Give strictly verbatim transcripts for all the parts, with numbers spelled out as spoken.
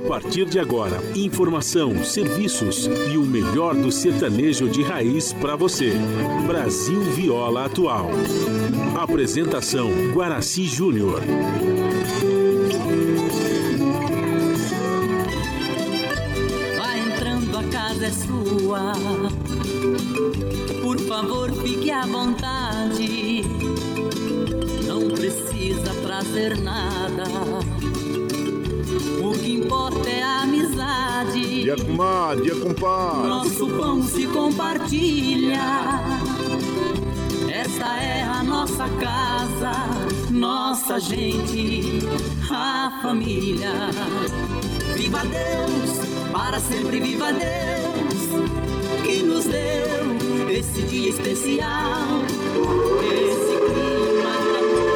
A partir de agora, informação, serviços e o melhor do sertanejo de raiz para você. Brasil Viola Atual. Apresentação Guaraci Júnior. Vai entrando, a casa é sua. Por favor, fique à vontade. Não precisa trazer nada. O que importa é a amizade. Dia comadre, dia compadre. Nosso pão se compartilha. Esta é a nossa casa, nossa gente, a família. Viva Deus, para sempre viva Deus, que nos deu esse dia especial, esse clima de amor.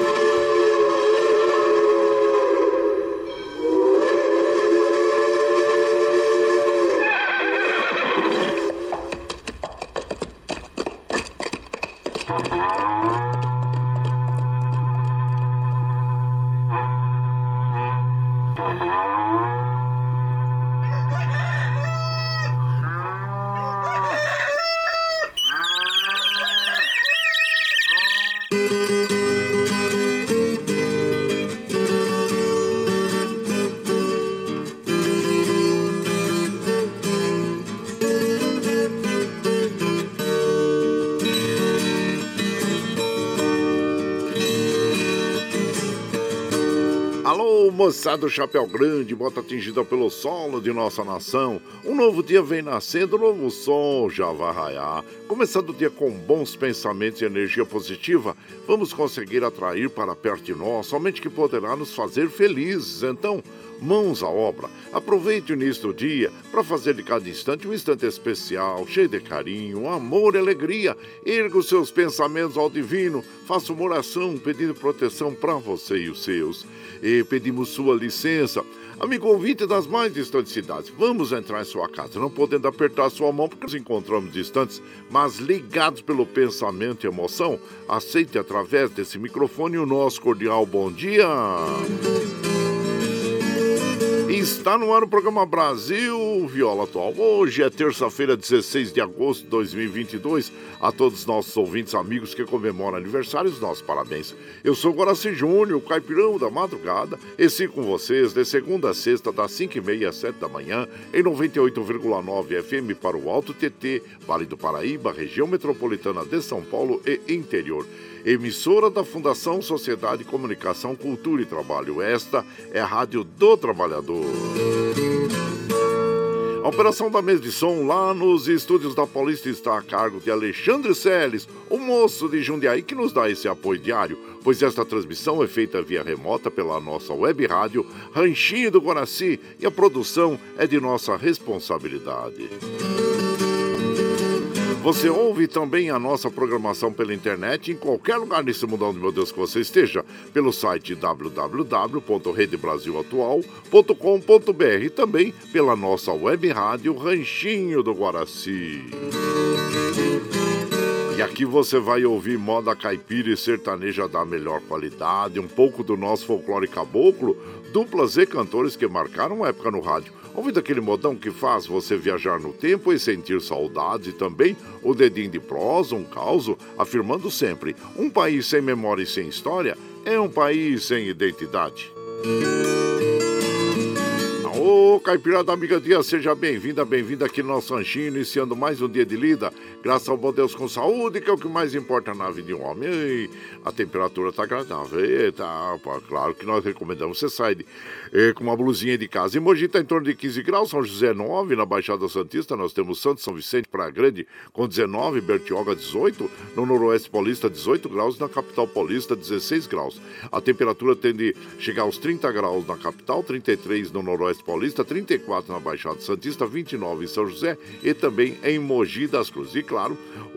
Moçada do Chapéu Grande, bota atingida pelo solo de nossa nação. Um novo dia vem nascendo, um novo sol já vai raiar. Começando o dia com bons pensamentos e energia positiva, vamos conseguir atrair para perto de nós somente que poderá nos fazer felizes. Então, mãos à obra. Aproveite o início do dia para fazer de cada instante um instante especial, cheio de carinho, amor e alegria. Erga os seus pensamentos ao divino, faça uma oração pedindo proteção para você e os seus. E pedimos sua licença, amigo ouvinte das mais distantes cidades, vamos entrar em sua casa, não podendo apertar sua mão porque nos encontramos distantes, mas ligados pelo pensamento e emoção. Aceite através desse microfone o nosso cordial bom dia. Está no ar o programa Brasil Viola Atual. Hoje é terça-feira, dezesseis de agosto de dois mil e vinte e dois. A todos os nossos ouvintes, amigos que comemoram aniversários, nossos parabéns. Eu sou Guaraci Júnior, o caipirão da madrugada, e sigo com vocês de segunda a sexta, das cinco e meia às sete da manhã, em noventa e oito vírgula nove F M para o Alto T T, Vale do Paraíba, região metropolitana de São Paulo e interior. Emissora da Fundação Sociedade, Comunicação, Cultura e Trabalho. Esta é a Rádio do Trabalhador. A operação da mesa de som lá nos estúdios da Paulista está a cargo de Alexandre Celes, o moço de Jundiaí que nos dá esse apoio diário, pois esta transmissão é feita via remota pela nossa web rádio Ranchinho do Guaraci e a produção é de nossa responsabilidade. Você ouve também a nossa programação pela internet em qualquer lugar nesse mundão de meu Deus que você esteja, pelo site w w w ponto rede brasil atual ponto com ponto b r e também pela nossa web rádio Ranchinho do Guaraci. E aqui você vai ouvir moda caipira e sertaneja da melhor qualidade, um pouco do nosso folclore caboclo, duplas e cantores que marcaram uma época no rádio. Ouvindo aquele modão que faz você viajar no tempo e sentir saudades, e também o dedinho de prosa, um causo, afirmando sempre: um país sem memória e sem história é um país sem identidade. Ô, caipira da amiga dia, seja bem-vinda, bem-vinda aqui no nosso ranchinho, iniciando mais um dia de lida, graças ao bom Deus com saúde, que é o que mais importa na vida de um homem. E a temperatura tá agradável, eita, pô, claro que nós recomendamos você sair de, eh, com uma blusinha de casa. Em Mogi tá em torno de quinze graus, São José nove, na Baixada Santista nós temos Santos, São Vicente, Praia Grande com dezenove, Bertioga dezoito, no Noroeste Paulista dezoito graus, na Capital Paulista dezesseis graus. A temperatura tende a chegar aos trinta graus na capital, trinta e três no Noroeste Paulista, trinta trinta e quatro na Baixada Santista, vinte e nove em São José e também em Mogi das Cruzes. E claro,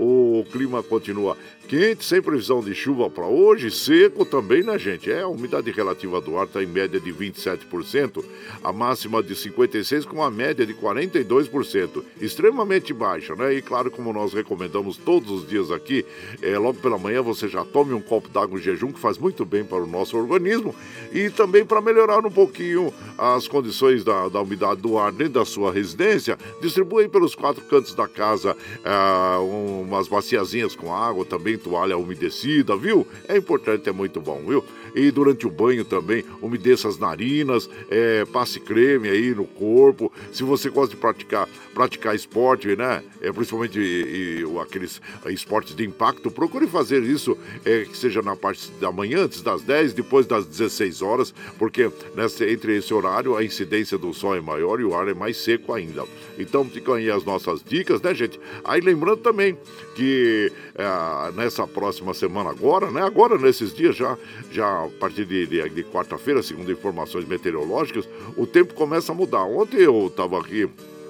o clima continua quente, sem previsão de chuva para hoje, seco também, né, gente? É, a umidade relativa do ar está em média de vinte e sete por cento, a máxima de cinquenta e seis por cento, com a média de quarenta e dois por cento. Extremamente baixa, né? E claro, como nós recomendamos todos os dias aqui, é, logo pela manhã você já tome um copo d'água em jejum, que faz muito bem para o nosso organismo e também para melhorar um pouquinho as condições da, da umidade do ar dentro da sua residência. Distribui pelos quatro cantos da casa ah, umas baciazinhas com água, também toalha umedecida, viu? É importante, é muito bom, viu? E durante o banho também, umedeça as narinas, é, passe creme aí no corpo. Se você gosta de praticar, praticar esporte, né? É, principalmente e, e, aqueles esportes de impacto, procure fazer isso, é, que seja na parte da manhã, antes das dez, depois das dezesseis horas, porque nessa, entre esse horário a incidência do sol é maior e o ar é mais seco ainda. Então ficam aí as nossas dicas, né, gente? Aí lembrando também que é, nessa próxima semana agora, né? Agora, nesses dias já, já a partir de, de, de quarta-feira, segundo informações meteorológicas, o tempo começa a mudar. Ontem eu estava aqui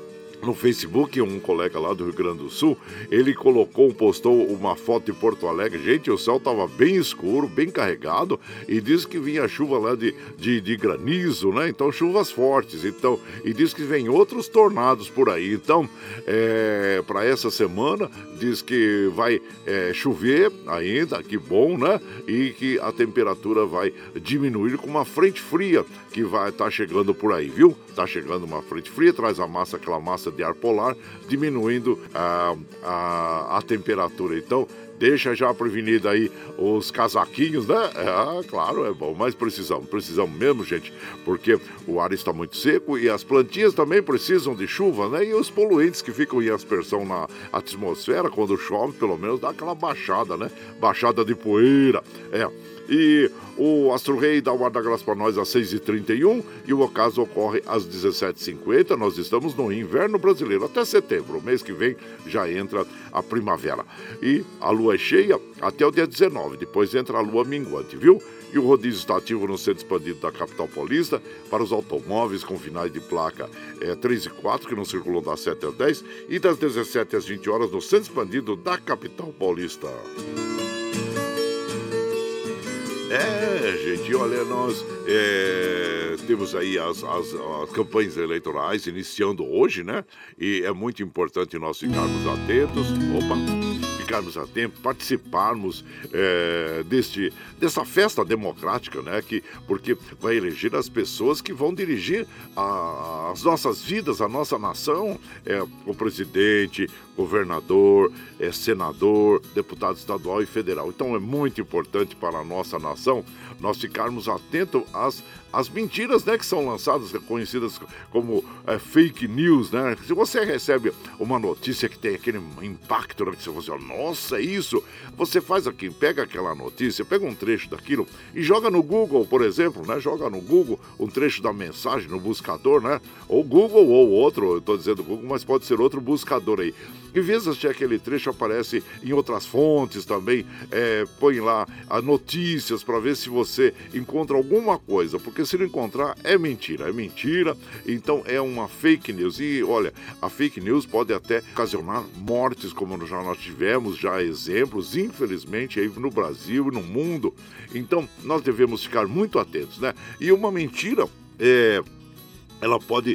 no Facebook, um colega lá do Rio Grande do Sul, ele colocou, postou uma foto de Porto Alegre. Gente, o céu estava bem escuro, bem carregado, e disse que vinha chuva lá de, de, de granizo, né? Então, chuvas fortes. Então, e diz que vem outros tornados por aí. Então, é, para essa semana, diz que vai é, chover ainda, que bom, né? E que a temperatura vai diminuir com uma frente fria que vai estar tá chegando por aí, viu? Tá chegando uma frente fria, traz a massa, aquela massa de ar polar, diminuindo a, a, a temperatura. Então, deixa já prevenido aí os casaquinhos, né? É, claro, é bom, mas precisamos, precisamos mesmo, gente, porque o ar está muito seco e as plantinhas também precisam de chuva, né? E os poluentes que ficam em aspersão na atmosfera, quando chove, pelo menos dá aquela baixada, né? Baixada de poeira, é. E o Astro Rei dá o guarda-graça para nós às seis e trinta e um e o ocaso ocorre às dezessete e cinquenta. Nós estamos no inverno brasileiro até setembro. O mês que vem já entra a primavera. E a lua é cheia até o dia dezenove. Depois entra a lua minguante, viu? E o rodízio está ativo no centro expandido da capital paulista para os automóveis com finais de placa é, três e quatro, que não circulam das sete às dez, e das dezessete às vinte horas no centro expandido da capital paulista. É, gente, olha, nós é, temos aí as, as, as campanhas eleitorais iniciando hoje, né? E é muito importante nós ficarmos atentos. Opa! Ficarmos a tempo, participarmos é, deste, dessa festa democrática, né? Que, porque vai eleger as pessoas que vão dirigir a, as nossas vidas, a nossa nação, é, o presidente, governador, é, senador, deputado estadual e federal. Então é muito importante para a nossa nação nós ficarmos atentos às, às mentiras, né, que são lançadas, conhecidas como é, fake news, né? Se você recebe uma notícia que tem aquele impacto, né, que você fala assim, nossa, é isso, você faz aqui, pega aquela notícia, pega um trecho daquilo e joga no Google, por exemplo, né? Joga no Google um trecho da mensagem no buscador, né? Ou Google ou outro, eu estou dizendo Google, mas pode ser outro buscador aí. Em vez de assistir aquele trecho, aparece em outras fontes também, é, põe lá as notícias para ver se você encontra alguma coisa, porque se não encontrar, é mentira, é mentira, então é uma fake news. E olha, a fake news pode até ocasionar mortes, como já nós tivemos já exemplos, infelizmente, aí no Brasil e no mundo. Então, nós devemos ficar muito atentos, né? E uma mentira é... ela pode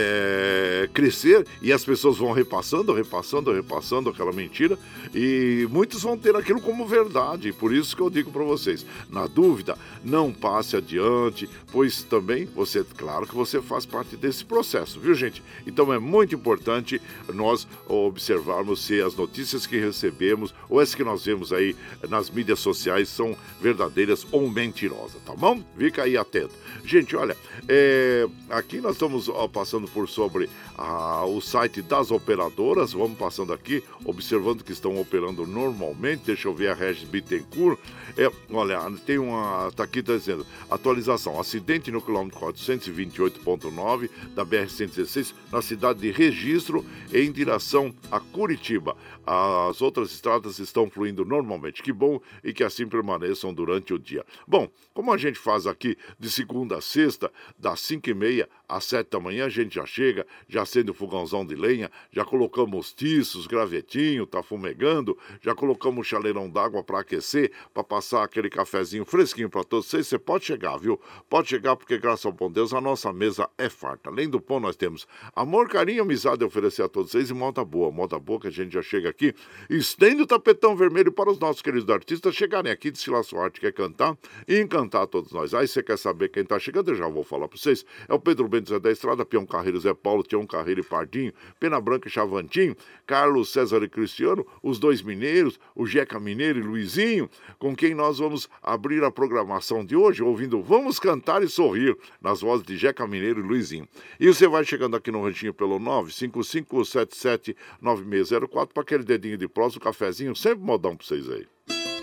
é, crescer e as pessoas vão repassando, repassando, repassando aquela mentira e muitos vão ter aquilo como verdade. Por isso que eu digo para vocês, na dúvida, não passe adiante, pois também você, claro que você faz parte desse processo, viu, gente? Então é muito importante nós observarmos se as notícias que recebemos ou as que nós vemos aí nas mídias sociais são verdadeiras ou mentirosas, tá bom? Fica aí atento. Gente, olha, é, aqui nós estamos ó, passando por sobre ah, o site das operadoras, vamos passando aqui, observando que estão operando normalmente. Deixa eu ver a Regis Bittencourt. É, olha, tem uma, tá aqui, tá dizendo, atualização, acidente no quilômetro quatrocentos e vinte e oito ponto nove da B R cento e dezesseis, na cidade de Registro, em direção a Curitiba. As outras estradas estão fluindo normalmente, que bom, e que assim permaneçam durante o dia. Bom, como a gente faz aqui de segunda a sexta, das cinco e meia meia, às sete da manhã, a gente já chega, já acende o fogãozão de lenha, já colocamos tiços, gravetinho, tá fumegando, já colocamos o chaleirão d'água para aquecer, para passar aquele cafezinho fresquinho para todos vocês. Você pode chegar, viu? Pode chegar porque, graças ao bom Deus, a nossa mesa é farta. Além do pão, nós temos amor, carinho, amizade a oferecer a todos vocês e moda boa. Moda boa que a gente já chega aqui, estende o tapetão vermelho para os nossos queridos artistas chegarem aqui, desfilar sua arte, quer cantar e encantar todos nós. Aí você quer saber quem tá chegando? Eu já vou falar para vocês. É o Pedro Bento Zé da Estrada, Peão Carreiro Zé Paulo, Tião Carreiro e Pardinho, Pena Branca e Chavantinho, Carlos César e Cristiano, os dois mineiros, o Jeca Mineiro e Luizinho, com quem nós vamos abrir a programação de hoje, ouvindo Vamos Cantar e Sorrir, nas vozes de Jeca Mineiro e Luizinho. E você vai chegando aqui no ranchinho pelo nove cinco cinco sete sete nove seis zero quatro para aquele dedinho de prosa, o cafezinho, sempre modão para vocês aí.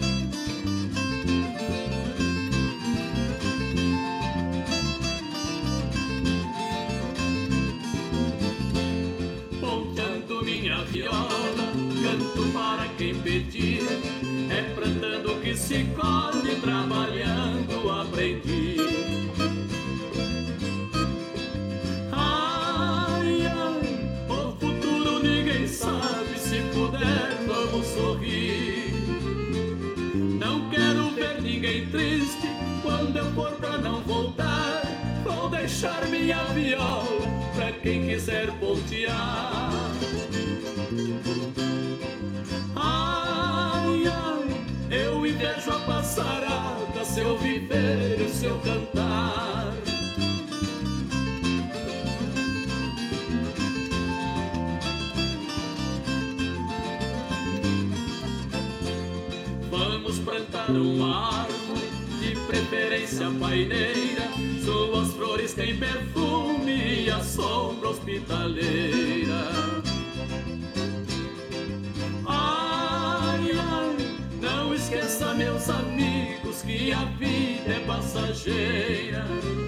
Viola, canto para quem pedir, é plantando que se colhe, trabalhando aprendi. Ai, ai, o futuro ninguém sabe, se puder vamos sorrir. Não quero ver ninguém triste, quando eu for pra não voltar, vou deixar minha viola pra quem quiser pontear. Ai, ai, eu invejo a passarada, seu viver e seu cantar. Vamos plantar uma árvore, de preferência paineira, suas flores têm perfume e a sombra hospitaleira. Não esqueça, meus amigos, que a vida é passageira.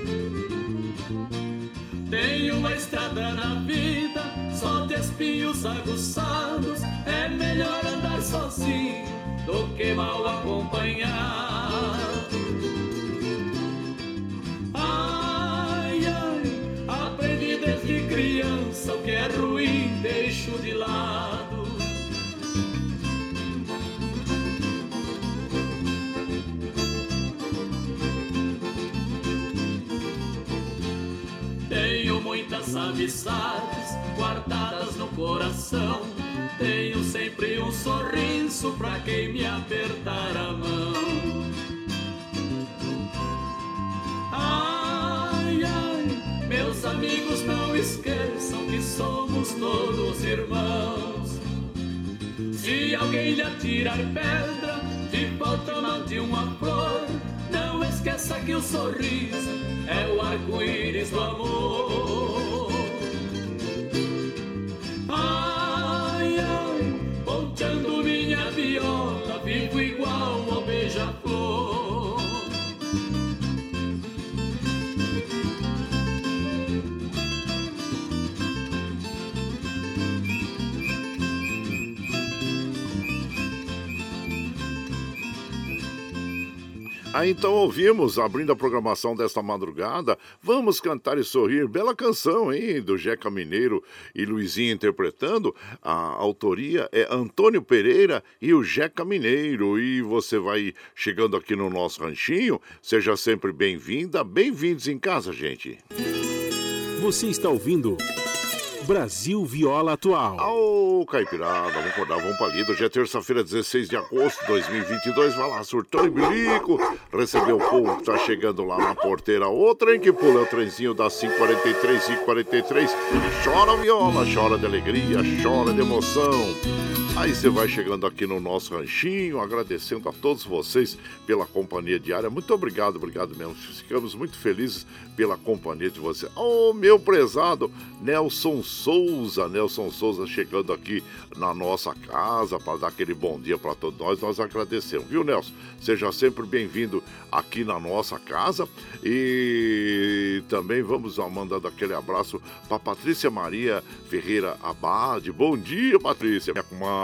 Tem uma estrada na vida, só de espinhos aguçados. É melhor andar sozinho do que mal acompanhado. Ai, ai, aprendi desde criança o que é ruim, deixo de lado. Tenho muitas amizades guardadas no coração. Tenho sempre um sorriso pra quem me apertar a mão. Ai, ai, meus amigos, não esqueçam que somos todos irmãos. Se alguém lhe atirar pedra, de volta não de uma flor, não esqueça que o sorriso é o arco-íris do amor. Ai, ai, ponteando minha viola, vivo igual ao beija-flor. Aí então ouvimos, abrindo a programação desta madrugada, Vamos Cantar e Sorrir, bela canção, hein, do Jeca Mineiro e Luizinho interpretando. A autoria é Antônio Pereira e o Jeca Mineiro. E você vai chegando aqui no nosso ranchinho, seja sempre bem-vinda, bem-vindos em casa, gente. Você está ouvindo Brasil Viola Atual. Ô, Caipirada, vamos acordar, vamos pra lida. Hoje é terça-feira, dezesseis de agosto de dois mil e vinte e dois. Vai lá, surtão e bilico. Recebeu o povo que tá chegando lá na porteira. O trem que pula é o trenzinho das cinco e quarenta e três, cinco e quarenta e três. Chora viola, chora de alegria, chora de emoção. Aí você vai chegando aqui no nosso ranchinho, agradecendo a todos vocês pela companhia diária. Muito obrigado, obrigado mesmo. Ficamos muito felizes pela companhia de vocês. Ô, meu prezado Nelson Souza, Nelson Souza chegando aqui na nossa casa para dar aquele bom dia para todos nós. Nós agradecemos, viu, Nelson? Seja sempre bem-vindo aqui na nossa casa. E também vamos mandando aquele abraço para Patrícia Maria Ferreira Abade. Bom dia, Patrícia, minha comadre.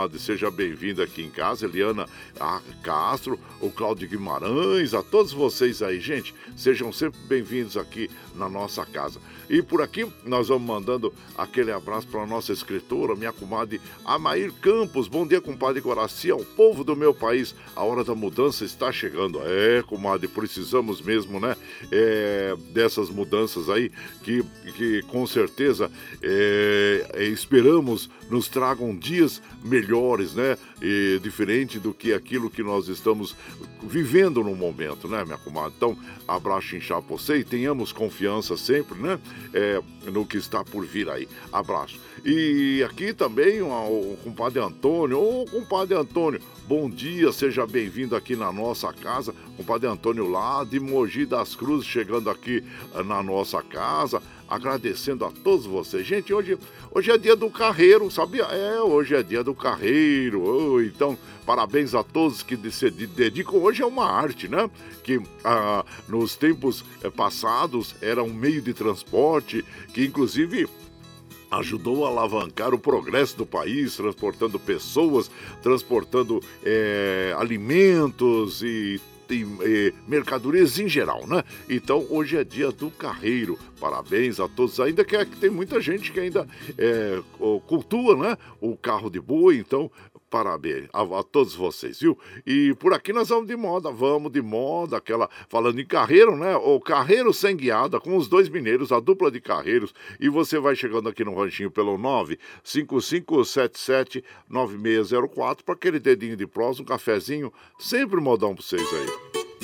comadre, seja bem-vinda aqui em casa. Eliana a Castro, o Cláudio Guimarães, a todos vocês aí, gente, sejam sempre bem-vindos aqui na nossa casa. E por aqui nós vamos mandando aquele abraço para a nossa escritora, minha comadre Amair Campos. Bom dia, compadre Guaraci, ao povo do meu país. A hora da mudança está chegando. É, comadre, precisamos mesmo, né? É, dessas mudanças aí que, que com certeza é, é, esperamos nos tragam dias melhores, né? E diferente do que aquilo que nós estamos vivendo no momento, né, minha comadre? Então, abraço inchado pra você e tenhamos confiança sempre, né? É, no que está por vir aí. Abraço. E aqui também o, o compadre Antônio. Ô, compadre Antônio, bom dia, seja bem-vindo aqui na nossa casa. Compadre Antônio lá de Mogi das Cruzes, chegando aqui na nossa casa, agradecendo a todos vocês. Gente, hoje, hoje é dia do carreiro, sabia? É, hoje é dia do carreiro. Oh, então, parabéns a todos que se dedicam. Hoje é uma arte, né? Que ah, nos tempos passados era um meio de transporte que, inclusive, ajudou a alavancar o progresso do país, transportando pessoas, transportando é, alimentos e E, e mercadorias em geral, né? Então, hoje é dia do carreiro. Parabéns a todos. Ainda que, é, que tem muita gente que ainda é, cultua, né? O carro de boi. Então, parabéns a, a todos vocês, viu? E por aqui nós vamos de moda, vamos de moda, aquela, falando em carreiro, né? O Carreiro Sem Guiada, com os dois mineiros, a dupla de carreiros. E você vai chegando aqui no ranchinho pelo nove cinco cinco sete sete nove seis zero quatro para aquele dedinho de prosa, um cafezinho, sempre modão pra vocês aí.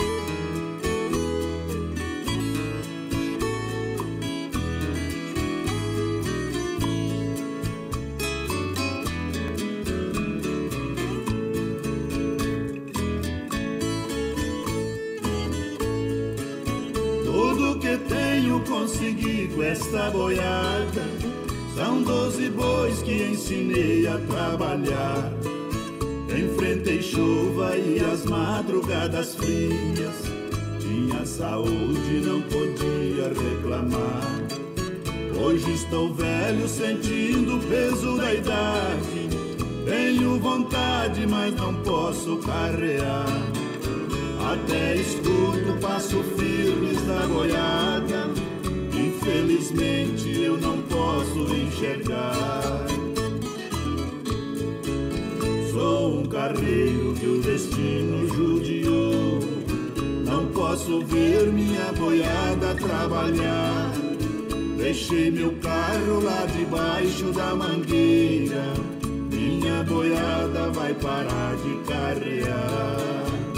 Conseguido esta boiada, são doze bois que ensinei a trabalhar. Enfrentei chuva e as madrugadas frias, tinha saúde, não podia reclamar. Hoje estou velho, sentindo o peso da idade, tenho vontade, mas não posso carrear. Até escuto passo firmes da boiada, infelizmente eu não posso enxergar. Sou um carreiro que o destino judiou, não posso ver minha boiada trabalhar. Deixei meu carro lá debaixo da mangueira, minha boiada vai parar de carrear.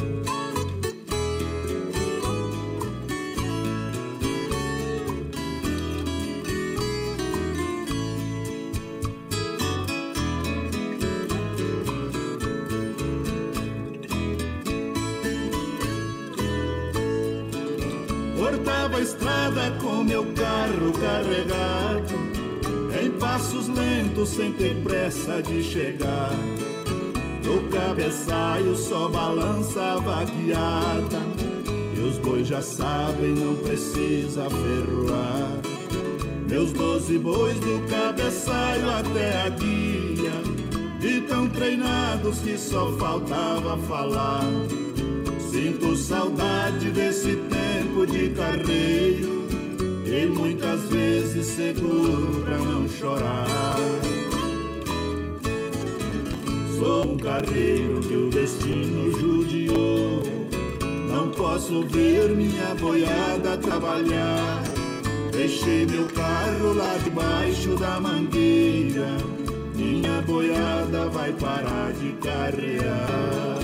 Cortava a estrada com meu carro carregado, em passos lentos sem ter pressa de chegar. No cabeçalho só balançava a guiada, e os bois já sabem, não precisa ferroar. Meus doze bois do cabeçalho até a guia, de tão treinados que só faltava falar. Sinto saudade desse tempo de carreiro, e muitas vezes seguro pra não chorar. Sou um carreiro que o destino judiou, não posso ver minha boiada trabalhar. Deixei meu carro lá debaixo da mangueira, minha boiada vai parar de carrear.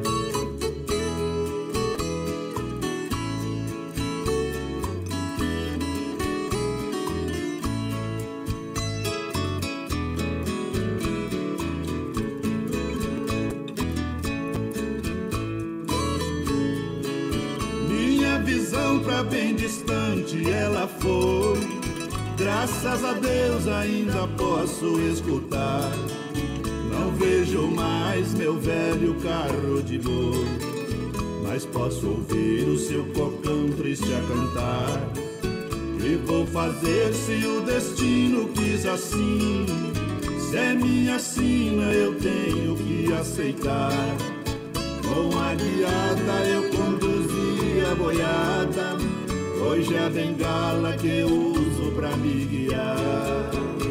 Pra bem distante ela foi, graças a Deus ainda posso escutar. Não vejo mais meu velho carro de boi, mas posso ouvir o seu cocão triste a cantar. E vou fazer se o destino quis assim, Se é minha sina eu tenho que aceitar. Com a guiada eu conduzi a boiada, hoje é a bengala que eu uso pra me guiar.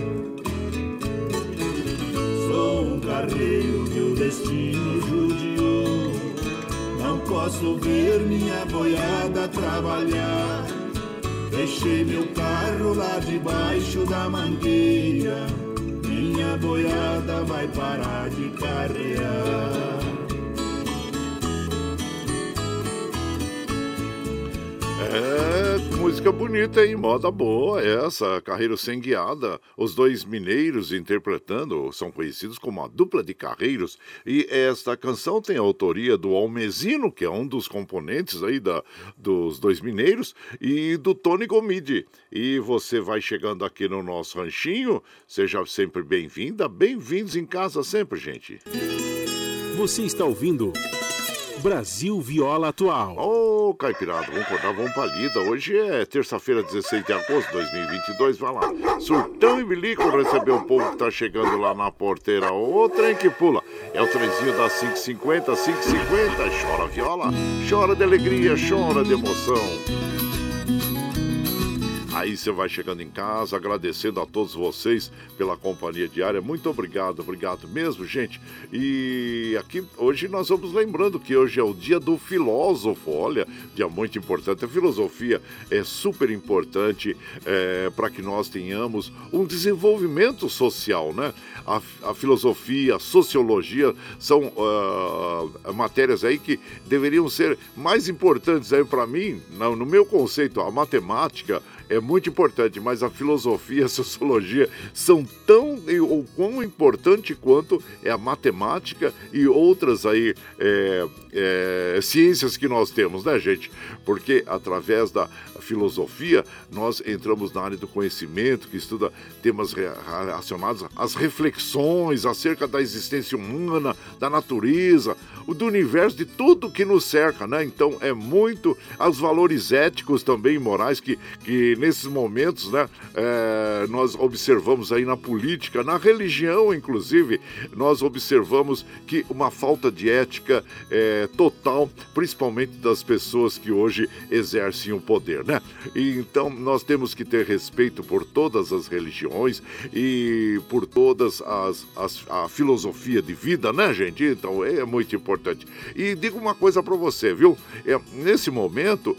Sou um carreiro que o destino judiou, não posso ver minha boiada trabalhar. Deixei meu carro lá debaixo da mangueira, minha boiada vai parar de carrear. É, música bonita, hein? Moda boa essa, Carreiro Sem Guiada. Os dois mineiros interpretando, são conhecidos como a dupla de carreiros. E esta canção tem a autoria do Almezino, que é um dos componentes aí da, dos dois mineiros, e do Tony Gomide. E você vai chegando aqui no nosso ranchinho, seja sempre bem-vinda, bem-vindos em casa sempre, gente. Você está ouvindo Brasil Viola Atual. Ô, oh, Caipirada, vamos acordar, vamos pra lida. Hoje é terça-feira, dezesseis de agosto de dois mil e vinte e dois. Vai lá. Surtão e bilico receber o povo que tá chegando lá na porteira. Ô, trem que pula. É o trenzinho das cinco e cinquenta, cinco e cinquenta. Chora viola, chora de alegria, chora de emoção. Aí você vai chegando em casa, agradecendo a todos vocês pela companhia diária. Muito obrigado, obrigado mesmo, gente. E aqui, hoje nós vamos lembrando que hoje é o dia do filósofo. Olha, dia muito importante. A filosofia é super importante é, para que nós tenhamos um desenvolvimento social, né? A, a filosofia, a sociologia são uh, matérias aí que deveriam ser mais importantes aí para mim, no, no meu conceito. A matemática é muito importante, mas a filosofia e a sociologia são tão ou quão importante quanto é a matemática e outras aí é, é, ciências que nós temos, né, gente? Porque através da filosofia nós entramos na área do conhecimento, que estuda temas relacionados às reflexões acerca da existência humana, da natureza, do universo, de tudo que nos cerca, né? Então é muito aos valores éticos também morais que, que nesses momentos, né, é, nós observamos aí na política, na religião, inclusive, nós observamos que uma falta de ética é, total, principalmente das pessoas que hoje exercem o poder, né? E, então, nós temos que ter respeito por todas as religiões e por todas as, as a filosofia de vida, né, gente? Então, é muito importante. E digo uma coisa para você, viu? É, nesse momento,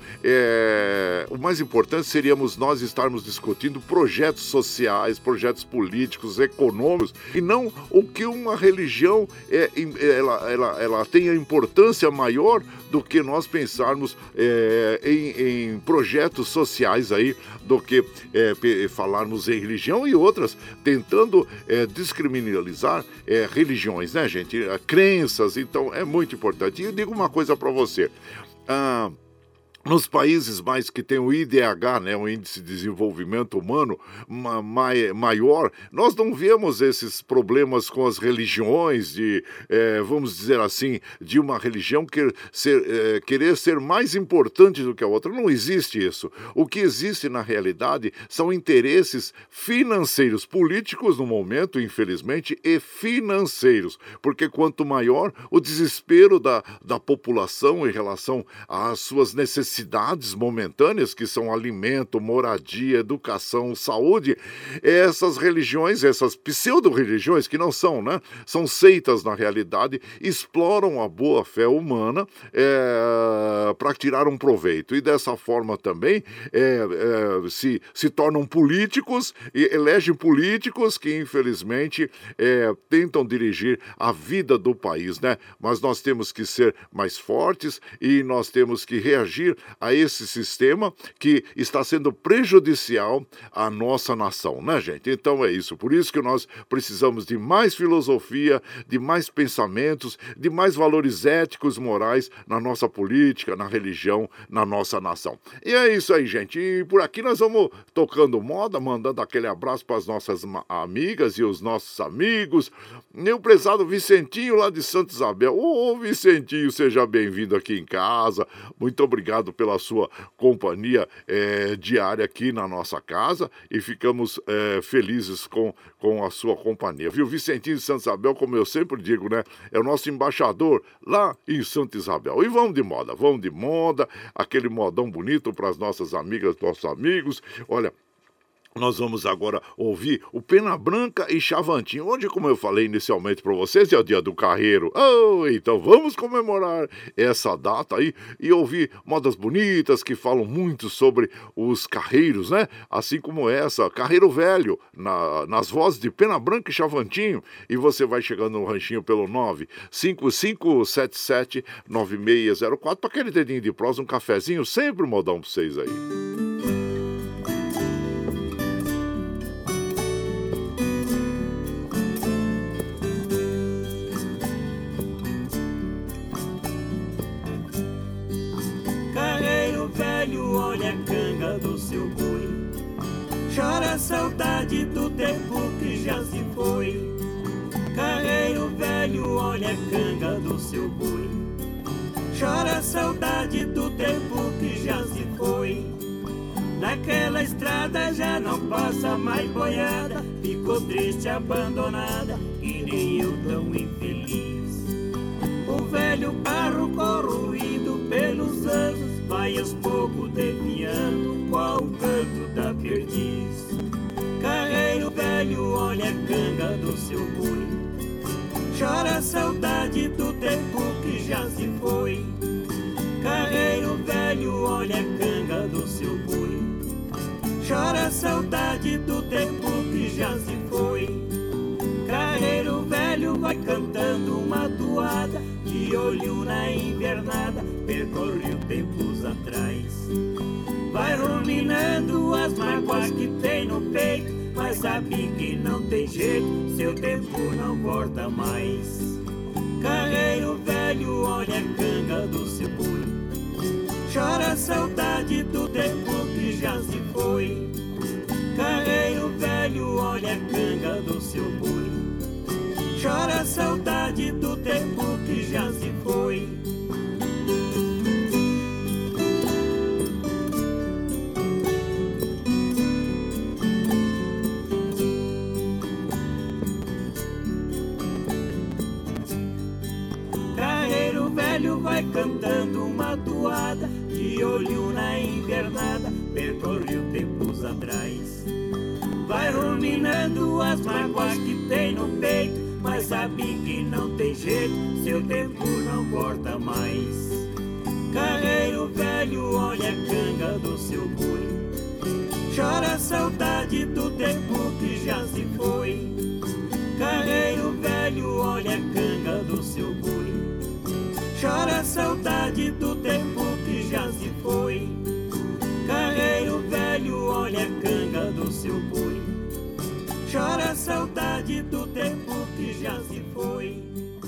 é, o mais importante seríamos nós estarmos discutindo projetos sociais, projetos políticos, econômicos, e não o que uma religião é, ela, ela, ela tem a importância maior do que nós pensarmos é, em, em projetos sociais aí, do que é, falarmos em religião e outras, tentando é, descriminalizar é, religiões, né, gente? Crenças, então é muito importante. E eu digo uma coisa para você. Ah, nos países mais que tem o I D H, né, o Índice de Desenvolvimento Humano ma- mai- maior, nós não vemos esses problemas com as religiões, de, eh, vamos dizer assim, de uma religião quer ser, eh, querer ser mais importante do que a outra. Não existe isso. O que existe na realidade são interesses financeiros, políticos no momento, infelizmente, e financeiros, porque quanto maior o desespero da, da população em relação às suas necessidades, necessidades momentâneas, que são alimento, moradia, educação, saúde, essas religiões, essas pseudo-religiões, que não são, né? São seitas, na realidade, exploram a boa-fé humana é, para tirar um proveito. E dessa forma também é, é, se, se tornam políticos e elegem políticos que, infelizmente, é, tentam dirigir a vida do país, né? Mas nós temos que ser mais fortes e nós temos que reagir a esse sistema que está sendo prejudicial à nossa nação, né, gente? Então é isso. Por isso que nós precisamos de mais filosofia, de mais pensamentos, de mais valores éticos, morais na nossa política, na religião, na nossa nação. E é isso aí, gente. E por aqui nós vamos tocando moda, mandando aquele abraço para as nossas amigas e os nossos amigos. Meu prezado Vicentinho lá de Santa Isabel. Ô, Vicentinho, seja bem-vindo aqui em casa. Muito obrigado obrigado pela sua companhia é, diária aqui na nossa casa e ficamos é, felizes com, com a sua companhia. Viu? Vicentinho de Santa Isabel, como eu sempre digo, né? É o nosso embaixador lá em Santa Isabel. E vamos de moda, vamos de moda, aquele modão bonito para as nossas amigas, nossos amigos. Olha, nós vamos agora ouvir o Pena Branca e Chavantinho. Hoje, como eu falei inicialmente para vocês, é o dia do carreiro. Oh, então vamos comemorar essa data aí e ouvir modas bonitas que falam muito sobre os carreiros, né? Assim como essa, Carreiro Velho, na, nas vozes de Pena Branca e Chavantinho. E você vai chegando no ranchinho pelo nove cinco cinco sete sete nove seis zero quatro para aquele dedinho de prosa, um cafezinho, sempre um modão para vocês aí. Olha a canga do seu boi, chora a saudade do tempo que já se foi. Carreiro velho, olha a canga do seu boi, chora a saudade do tempo que já se foi. Naquela estrada já não passa mais boiada, ficou triste, abandonada, e nem eu tão infeliz. O velho carro corroído pelos anos vai aos poucos desviando qual o canto da perdiz. Carreiro velho, olha a canga do seu boi, chora a saudade do tempo que já se foi. Carreiro velho, olha a canga do seu boi, chora a saudade do tempo que já se foi. Carreiro velho vai cantando uma toada, de olho na invernada, percorreu tempos atrás. Vai ruminando as mágoas que tem no peito, mas sabe que não tem jeito, seu tempo não volta mais. Carreiro velho, olha a canga do seu boi, chora a saudade do tempo que já se foi. Carreiro velho, olha a canga do seu boi, chora a saudade do tempo que já se foi. Carreiro velho vai cantando uma toada, de olho na invernada, percorreu tempos atrás. Vai ruminando as mágoas que tem no peito, mas sabe que não tem jeito, seu tempo não volta mais. Carreiro velho, olha a canga do seu boi, chora a saudade do tempo que já se foi. Carreiro velho, olha a canga do seu boi, chora a saudade do tempo que já se foi. Carreiro velho, olha a canga do seu boi, chora a saudade do tempo que já se foi.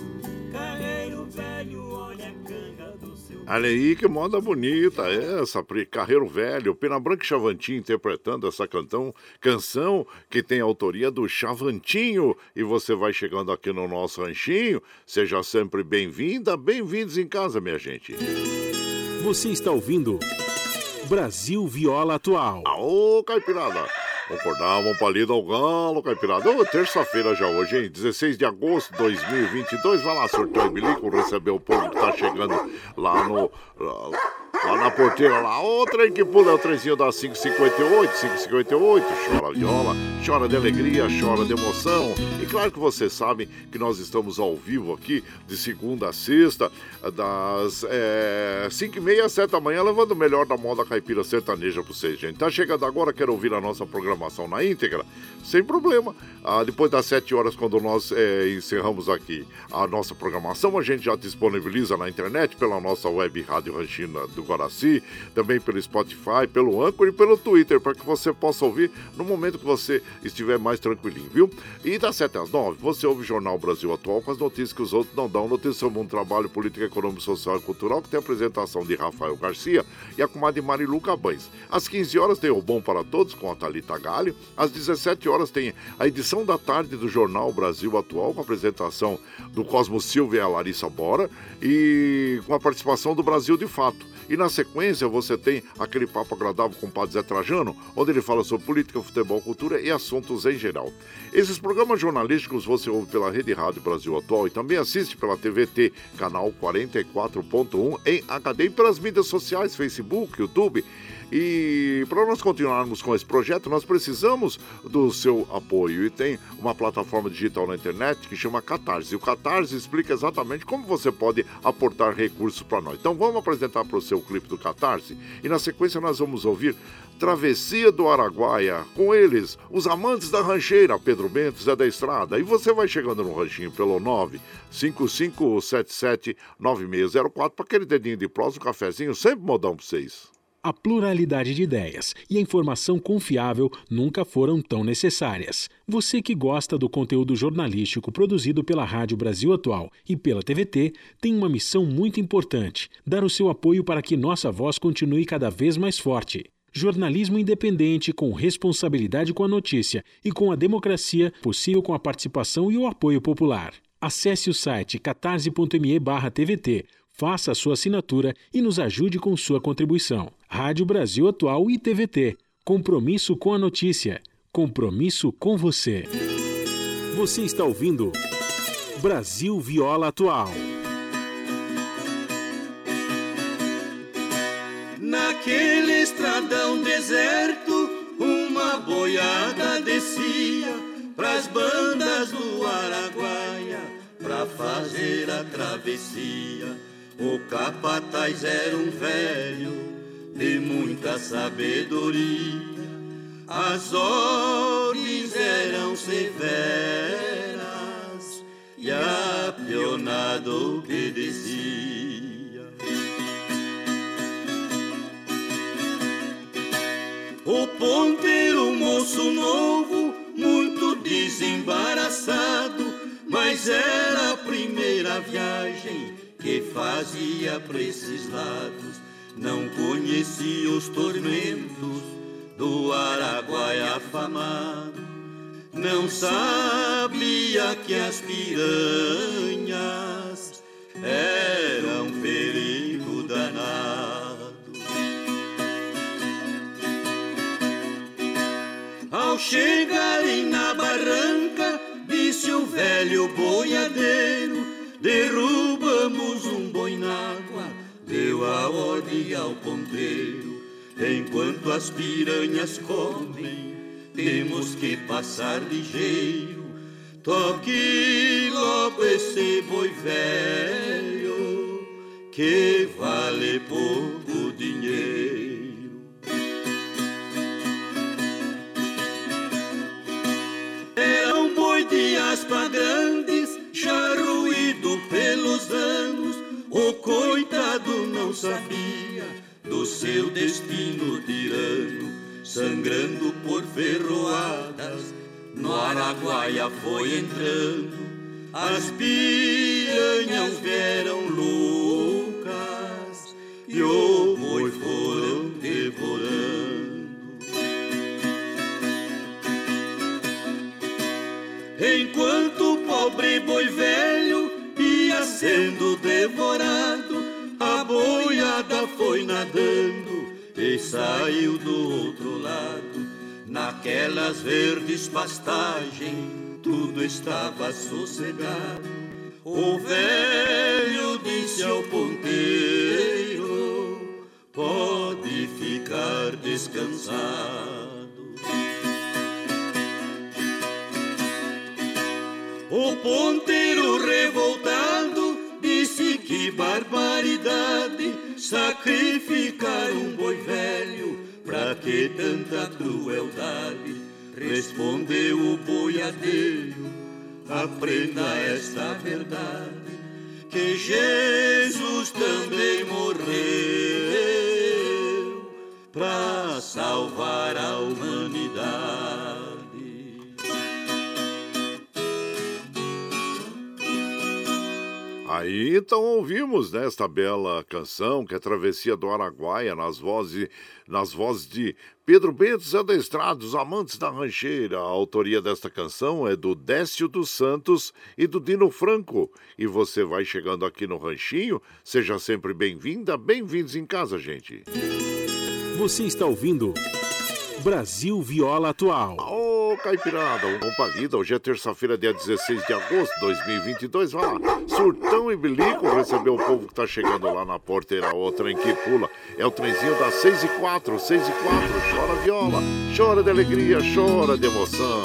Carreiro velho, olha a canga do seu boi. Olha aí que moda bonita essa, Carreiro Velho, Pena Branca e Chavantinho interpretando essa cantão, canção que tem a autoria do Chavantinho. E você vai chegando aqui no nosso ranchinho, seja sempre bem-vinda, bem-vindos em casa, minha gente. Você está ouvindo Brasil Viola Atual. Aô, Caipirada! Vamos acordar, vamos palido ao galo, Caipirada. Ô, terça-feira já hoje, hein? dezesseis de agosto de dois mil e vinte e dois. Vai lá, surtou o bilico, receber o povo que tá chegando lá no... Lá, lá na porteira, lá. Ô, trem que pula é o trenzinho da cinco cinquenta e oito, cinco cinquenta e oito. Chora viola, chora de alegria, chora de emoção. E claro que vocês sabem que nós estamos ao vivo aqui, de segunda a sexta, das é, cinco e meia às sete da manhã, levando o melhor da moda caipira sertaneja pra vocês, gente. Tá chegando agora, quer ouvir a nossa programação na íntegra? Sem problema. Ah, depois das sete horas, quando nós é, encerramos aqui a nossa programação, a gente já disponibiliza na internet, pela nossa web Rádio Ranchina do Guaraci, também pelo Spotify, pelo Anchor e pelo Twitter, para que você possa ouvir no momento que você estiver mais tranquilinho, viu? E das sete às nove, você ouve o Jornal Brasil Atual com as notícias que os outros não dão, notícias sobre um trabalho, política, econômico, social e cultural, que tem a apresentação de Rafael Garcia e a comadre Marilu Cabães. Às quinze horas tem o Bom para Todos com a Thalita Galli. Às dezessete horas tem a edição da tarde do Jornal Brasil Atual, com a apresentação do Cosmo Silva e a Larissa Bora, e com a participação do Brasil de Fato. E na sequência você tem aquele papo agradável com o Padre Zé Trajano, onde ele fala sobre política, futebol, cultura e assuntos em geral. Esses programas jornalísticos você ouve pela Rede Rádio Brasil Atual e também assiste pela T V T, canal quarenta e quatro ponto um em H D e pelas mídias sociais, Facebook, YouTube. E para nós continuarmos com esse projeto, nós precisamos do seu apoio. E tem uma plataforma digital na internet que chama Catarse. E o Catarse explica exatamente como você pode aportar recursos para nós. Então vamos apresentar para o seu clipe do Catarse. E na sequência nós vamos ouvir Travessia do Araguaia. Com eles, os amantes da rancheira, Pedro Bento, Zé da Estrada. E você vai chegando no ranchinho pelo nove cinco cinco sete sete nove seis zero quatro para aquele dedinho de prosa, um cafezinho, sempre modão para vocês. A pluralidade de ideias e a informação confiável nunca foram tão necessárias. Você que gosta do conteúdo jornalístico produzido pela Rádio Brasil Atual e pela T V T tem uma missão muito importante: dar o seu apoio para que nossa voz continue cada vez mais forte. Jornalismo independente, com responsabilidade com a notícia e com a democracia, possível com a participação e o apoio popular. Acesse o site catarse ponto me barra T V T. Faça a sua assinatura e nos ajude com sua contribuição. Rádio Brasil Atual e T V T. Compromisso com a notícia. Compromisso com você. Você está ouvindo Brasil Viola Atual. Naquele estradão deserto, uma boiada descia pras bandas do Araguaia pra fazer a travessia. O capataz era um velho de muita sabedoria, as ordens eram severas e a peonada obedecia. O ponteiro, moço novo, muito desembaraçado, mas era a primeira viagem que fazia pra esses lados. Não conhecia os tormentos do Araguaia afamado, não sabia que as piranhas eram um perigo danado. Ao chegarem na barranca, disse o velho boiadeiro: derrubamos um boi na água, deu a ordem ao ponteiro. Enquanto as piranhas comem, temos que passar ligeiro. Toque logo esse boi velho, que vale pouco dinheiro. Era um boi de aspa grandes, já ruído pelos anos. O coitado não sabia do seu destino tirano, sangrando por ferroadas, no Araguaia foi entrando. As piranhas vieram loucas e o boi foram devorando. Enquanto o pobre boi velho ia sendo devorado, a boiada foi nadando e saiu do outro lado. Naquelas verdes pastagens tudo estava sossegado. O velho disse ao ponteiro: pode ficar descansado. O ponteiro revoltado disse: que barbaridade, sacrificar um boi velho, pra que tanta crueldade? Respondeu o boiadeiro: aprenda esta verdade, que Jesus também morreu pra salvar a humanidade. Aí então ouvimos nesta bela canção, que é Travessia do Araguaia, nas vozes, nas vozes de Pedro Bento, Zé da Estrada, os Amantes da Rancheira. A autoria desta canção é do Décio dos Santos e do Dino Franco. E você vai chegando aqui no Ranchinho, seja sempre bem-vinda, bem-vindos em casa, gente. Você está ouvindo Brasil Viola Atual. Ô, Caipirada, um companhida. Hoje é terça-feira, dia dezesseis de agosto de dois mil e vinte e dois. Vai lá, surtão e bilico, receber o povo que tá chegando lá na porteira. O trem que pula é o trenzinho das seis e quatro, seis e quatro. Chora viola, chora de alegria, chora de emoção.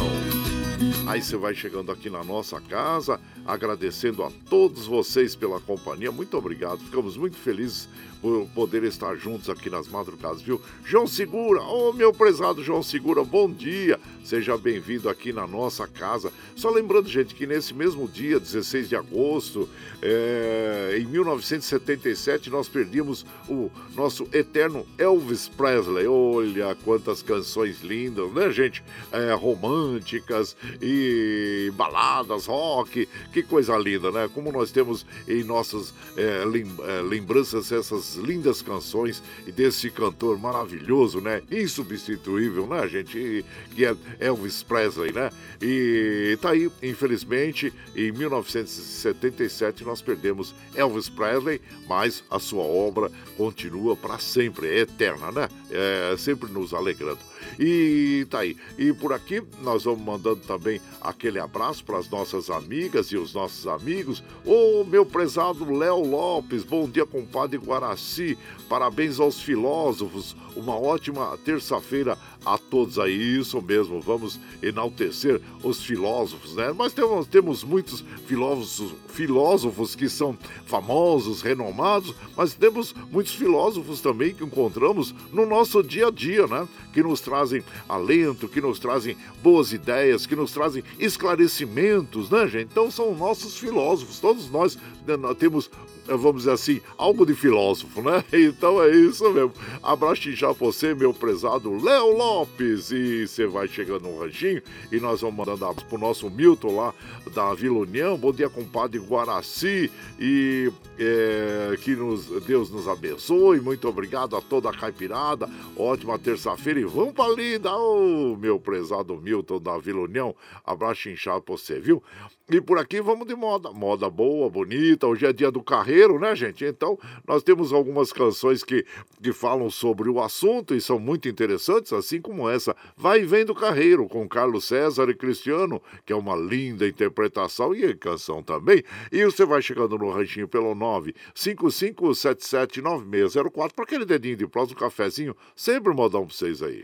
Aí você vai chegando aqui na nossa casa, agradecendo a todos vocês pela companhia. Muito obrigado, ficamos muito felizes por poder estar juntos aqui nas madrugadas, viu? João Segura, ô meu prezado João Segura, bom dia, seja bem-vindo aqui na nossa casa. Só lembrando, gente, que nesse mesmo dia, dezesseis de agosto, é, em mil novecentos e setenta e sete, nós perdemos o nosso eterno Elvis Presley. Olha quantas canções lindas, né, gente? É, românticas e baladas, rock, que coisa linda, né? Como nós temos em nossas é, lembranças essas lindas canções e desse cantor maravilhoso, né? Insubstituível, né, gente? Que é Elvis Presley, né? E tá aí, infelizmente, em mil novecentos e setenta e sete nós perdemos Elvis Presley, mas a sua obra continua para sempre, é eterna, né? É, sempre nos alegrando. E tá aí. E por aqui nós vamos mandando também aquele abraço para as nossas amigas e os nossos amigos. Ô, meu prezado Léo Lopes, bom dia, compadre Guaraci. Parabéns aos filósofos. Uma ótima terça-feira a todos aí. Isso mesmo, vamos enaltecer os filósofos, né? Mas temos, temos muitos filósofos, filósofos que são famosos, renomados, mas temos muitos filósofos também que encontramos no nosso dia a dia, né? Que nos trazem alento, que nos trazem boas ideias, que nos trazem esclarecimentos, né, gente? Então são nossos filósofos, todos nós temos, vamos dizer assim, algo de filósofo, né? Então é isso mesmo. Abraço já você, meu prezado Léo Lopes. E você vai chegando no ranchinho e nós vamos mandando abraço pro nosso Milton lá da Vila União. Bom dia, compadre Guaraci. E é, que nos, Deus nos abençoe. Muito obrigado a toda a caipirada. Ótima terça-feira e vamos pra lida. Ô, meu prezado Milton da Vila União. Abraço inchado pra você, viu? E por aqui vamos de moda, moda boa, bonita. Hoje é dia do carreiro, né, gente? Então, nós temos algumas canções que, que falam sobre o assunto e são muito interessantes, assim como essa, Vai e Vem do Carreiro, com Carlos César e Cristiano, que é uma linda interpretação e canção também. E você vai chegando no ranchinho pelo nove cinco cinco sete sete nove seis zero quatro para aquele dedinho de prosa, um cafezinho, sempre modão pra vocês aí.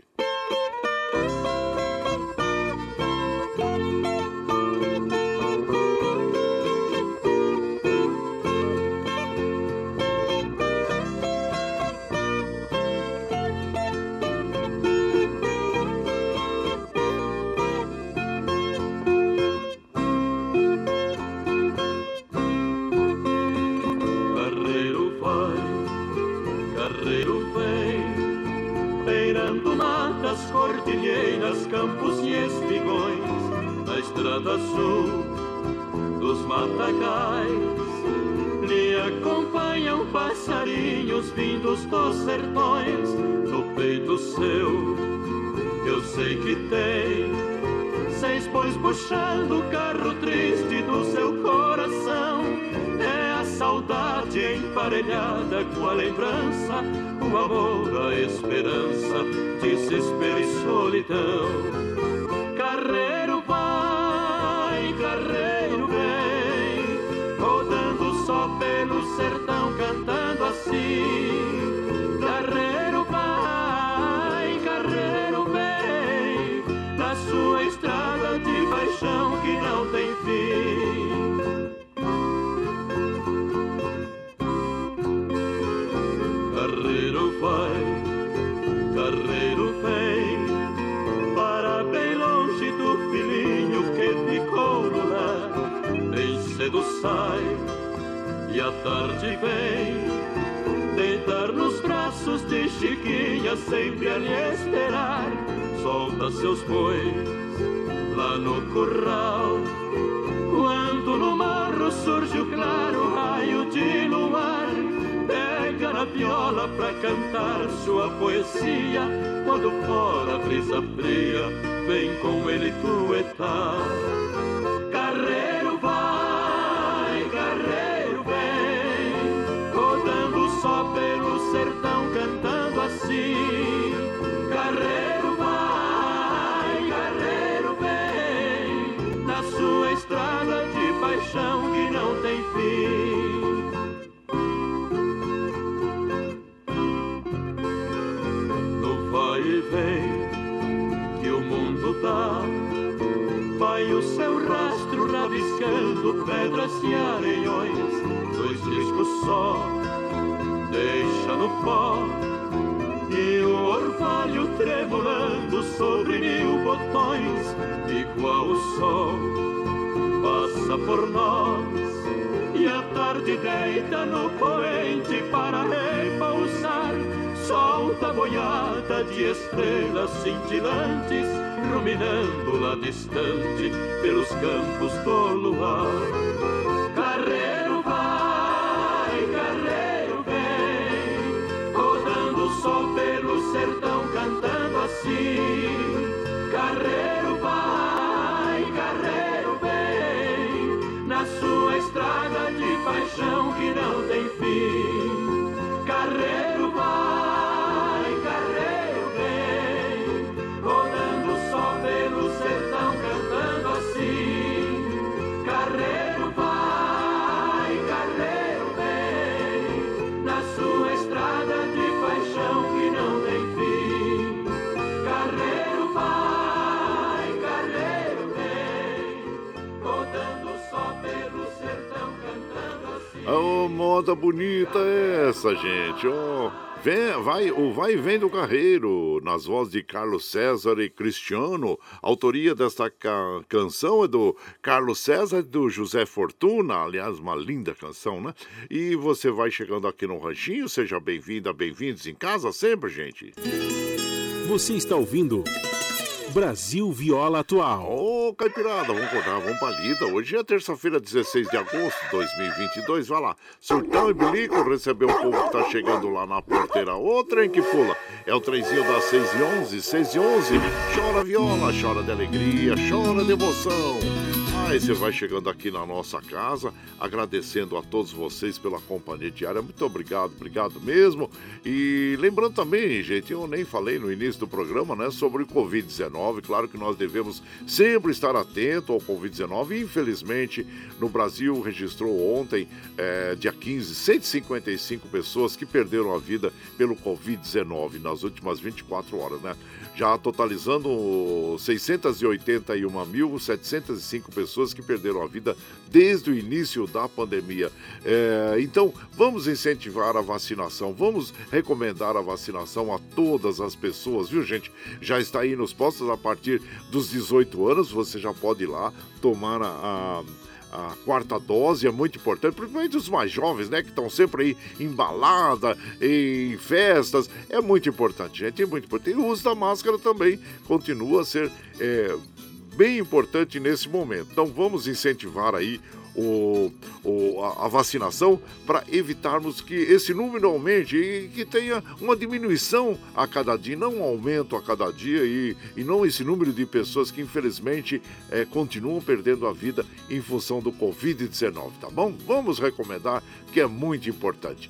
Cordilheiras, campos e espigões, na estrada sul dos matagais, lhe acompanham passarinhos vindos dos sertões. No peito seu, eu sei que tem seis bois puxando o carro triste do seu coração. É a saudade emparelhada com a lembrança, o amor, a esperança, desespero e solidão. Carreiro vai, carreiro vem, rodando só pelo sertão, cantando assim. Carreiro vai, carreiro vem, na sua estrada de paixão que não tem fim. Carreiro vai, carreiro vem, para bem longe do filhinho que ficou no lar. Bem cedo sai e à tarde vem, deitar nos braços de Chiquinha, sempre a lhe esperar. Solta seus bois lá no curral, quando no morro surge o claro raio viola pra cantar sua poesia. Quando fora a brisa fria, vem com ele tuetar. Carreiro vai, carreiro vem, rodando só pelo sertão, cantando assim. Carreiro vai, carreiro vem, na sua estrada de paixão que não tem fim. No vai e vem que o mundo dá, vai o seu rastro rabiscando pedras e areiões. Dois discos só deixa no pó, e o orvalho tremulando sobre mil botões. Igual o sol passa por nós, e a tarde deita no poente para repousar. Solta a boiada de estrelas cintilantes, ruminando lá distante pelos campos do luar. Carreiro vai, carreiro vem, rodando só pelo sertão, cantando assim. Carreiro vai, carreiro vem, na sua estrada de paixão que não tem fim. Carreiro vai, carreiro vem, rodando só pelo sertão, cantando assim. Carreiro vai, carreiro vem, na sua estrada de paixão que não tem fim. Carreiro vai, carreiro vem, rodando só pelo sertão, cantando assim. Oh, moda bonita essa, gente. Oh, vem, vai, o Vai e Vem do Carreiro, nas vozes de Carlos César e Cristiano. A autoria desta ca canção é do Carlos César e do José Fortuna. Aliás, uma linda canção, né? E você vai chegando aqui no Ranchinho. Seja bem-vinda, bem-vindos em casa sempre, gente. Você está ouvindo Brasil Viola Atual. Ô, Caipirada, vamos cortar, vamos pra lida. Hoje é terça-feira, dezesseis de agosto de dois mil e vinte e dois. Vai lá, Surtão e Bilico, receber o povo que tá chegando lá na porteira. O trem que pula. É o trenzinho das seis e onze, seis e onze. Chora viola, chora de alegria, chora de emoção. Aí você vai chegando aqui na nossa casa, agradecendo a todos vocês pela companhia diária. Muito obrigado, obrigado mesmo. E lembrando também, gente, eu nem falei no início do programa, né, sobre o covid dezenove. Claro que nós devemos sempre estar atento ao covid dezenove. Infelizmente, no Brasil registrou ontem, é, dia quinze, cento e cinquenta e cinco pessoas que perderam a vida pelo covid dezenove nas últimas vinte e quatro horas, né? Já totalizando seiscentos e oitenta e um mil, setecentos e cinco pessoas que perderam a vida desde o início da pandemia. É, então, vamos incentivar a vacinação, vamos recomendar a vacinação a todas as pessoas, viu, gente? Já está aí nos postos a partir dos dezoito anos, você já pode ir lá tomar a... a A quarta dose é muito importante, principalmente os mais jovens, né, que estão sempre aí em balada, em festas. É muito importante, gente, é muito importante. E o uso da máscara também continua a ser é, bem importante nesse momento. Então vamos incentivar aí O, o, a, a vacinação para evitarmos que esse número aumente e que tenha uma diminuição a cada dia, não um aumento a cada dia e, e não esse número de pessoas que infelizmente é, continuam perdendo a vida em função do covid dezenove, tá bom? Vamos recomendar, que é muito importante.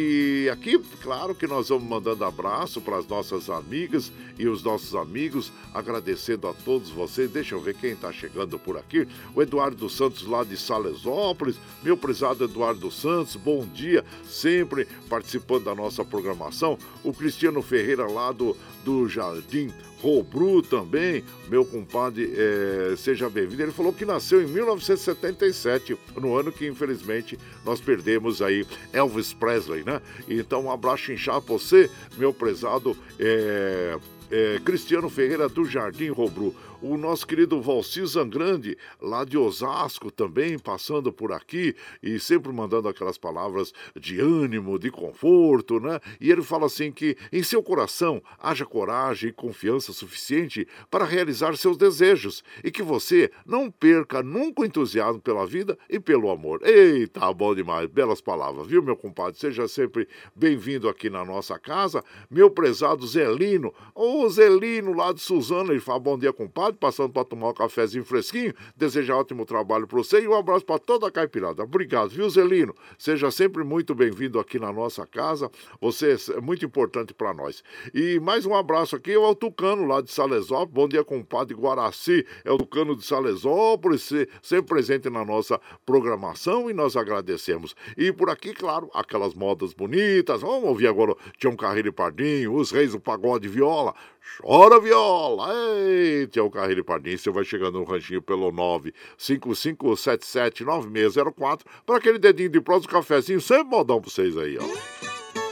E aqui, claro que nós vamos mandando abraço para as nossas amigas e os nossos amigos, agradecendo a todos vocês. Deixa eu ver quem está chegando por aqui. O Eduardo Santos lá de Salesópolis, meu prezado Eduardo Santos, bom dia, sempre participando da nossa programação. O Cristiano Ferreira lá do, do Jardim Robru também, meu compadre, é, seja bem-vindo. Ele falou que nasceu em mil novecentos e setenta e sete, no ano que infelizmente nós perdemos aí Elvis Presley, né? Então um abraço inchado pra você, meu prezado é, é, Cristiano Ferreira do Jardim Robru. o nosso querido Valci Zangrande, lá de Osasco também, passando por aqui e sempre mandando aquelas palavras de ânimo, de conforto, né? E ele fala assim que em seu coração haja coragem e confiança suficiente para realizar seus desejos e que você não perca nunca o entusiasmo pela vida e pelo amor. Eita, bom demais, belas palavras, viu, meu compadre? Seja sempre bem-vindo aqui na nossa casa, meu prezado Zelino, ô Zelino lá de Suzano, ele fala bom dia, compadre, passando para tomar um cafezinho fresquinho, deseja ótimo trabalho para você e um abraço para toda a caipirada. Obrigado, viu, Zelino? Seja sempre muito bem-vindo aqui na nossa casa, você é muito importante para nós. E mais um abraço aqui ao Tucano lá de Salesópolis, bom dia, compadre Guaraci, é o Tucano de Salesópolis, sempre presente na nossa programação e nós agradecemos. E por aqui, claro, aquelas modas bonitas, vamos ouvir agora Tião Carreiro e Pardinho, os reis do pagode viola. Chora viola! Ei, Tião Carreiro e Pardinho, você vai chegando no ranchinho pelo nove cinco cinco sete sete nove seis zero quatro para aquele dedinho de prosa, cafezinho, sempre modão pra vocês aí, ó.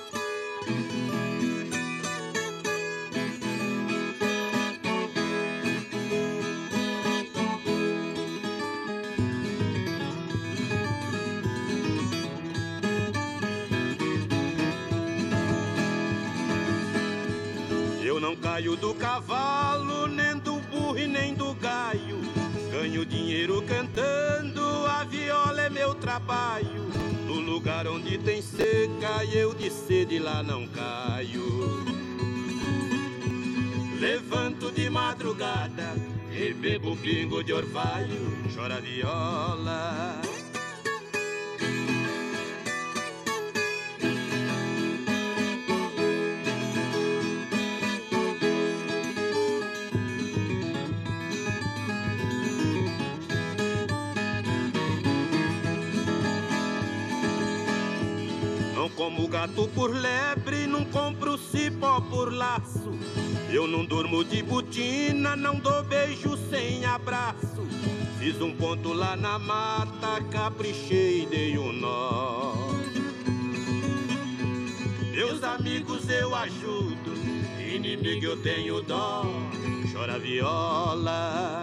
Não caio do cavalo, nem do burro e nem do gaio. Ganho dinheiro cantando, a viola é meu trabalho. No lugar onde tem seca, eu de sede lá não caio. Levanto de madrugada e bebo pingo de orvalho. Chora viola. Como gato por lebre, não compro cipó por laço. Eu não durmo de botina, não dou beijo sem abraço. Fiz um ponto lá na mata, caprichei e dei um nó. Meus amigos eu ajudo, inimigo eu tenho dó. Chora viola.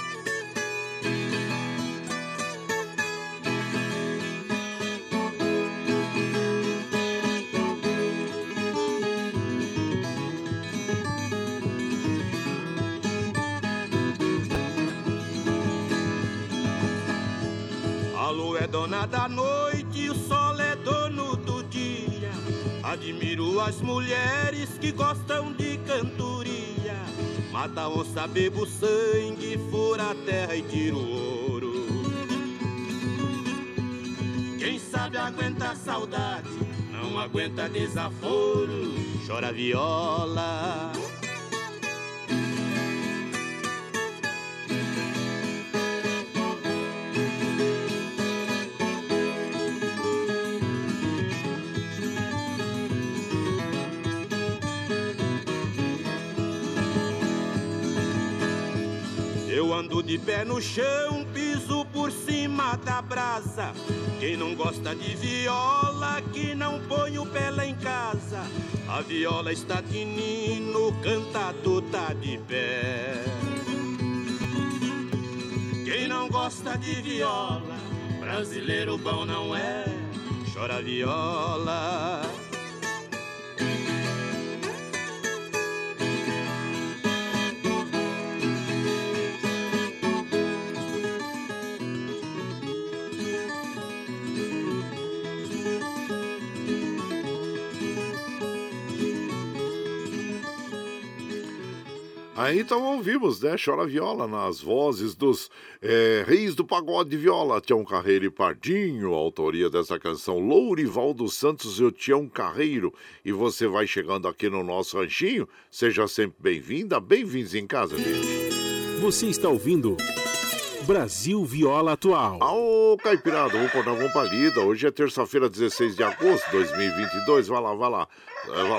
A lua é dona da noite e o sol é dono do dia. Admiro as mulheres que gostam de cantoria. Mata a onça, bebo sangue, fura a terra e tira o ouro. Quem sabe aguenta a saudade, não aguenta desaforo. Chora viola. Eu ando de pé no chão, piso por cima da brasa. Quem não gosta de viola, que não põe o pé lá em casa. A viola está tinindo, o cantador tá de pé. Quem não gosta de viola, brasileiro bom não é. Chora viola. Aí então ouvimos, né? Chora viola nas vozes dos é, reis do pagode de viola, Tião Carreiro e Pardinho, a autoria dessa canção, Lourival dos Santos e o Tião Carreiro. E você vai chegando aqui no nosso ranchinho, seja sempre bem-vinda, bem-vindos em casa, gente. Você está ouvindo Brasil Viola Atual. Ô, Caipirada, vamos cortar uma palida. Hoje é terça-feira, dezesseis de agosto de dois mil e vinte e dois. Vai lá, vai lá. Vai lá.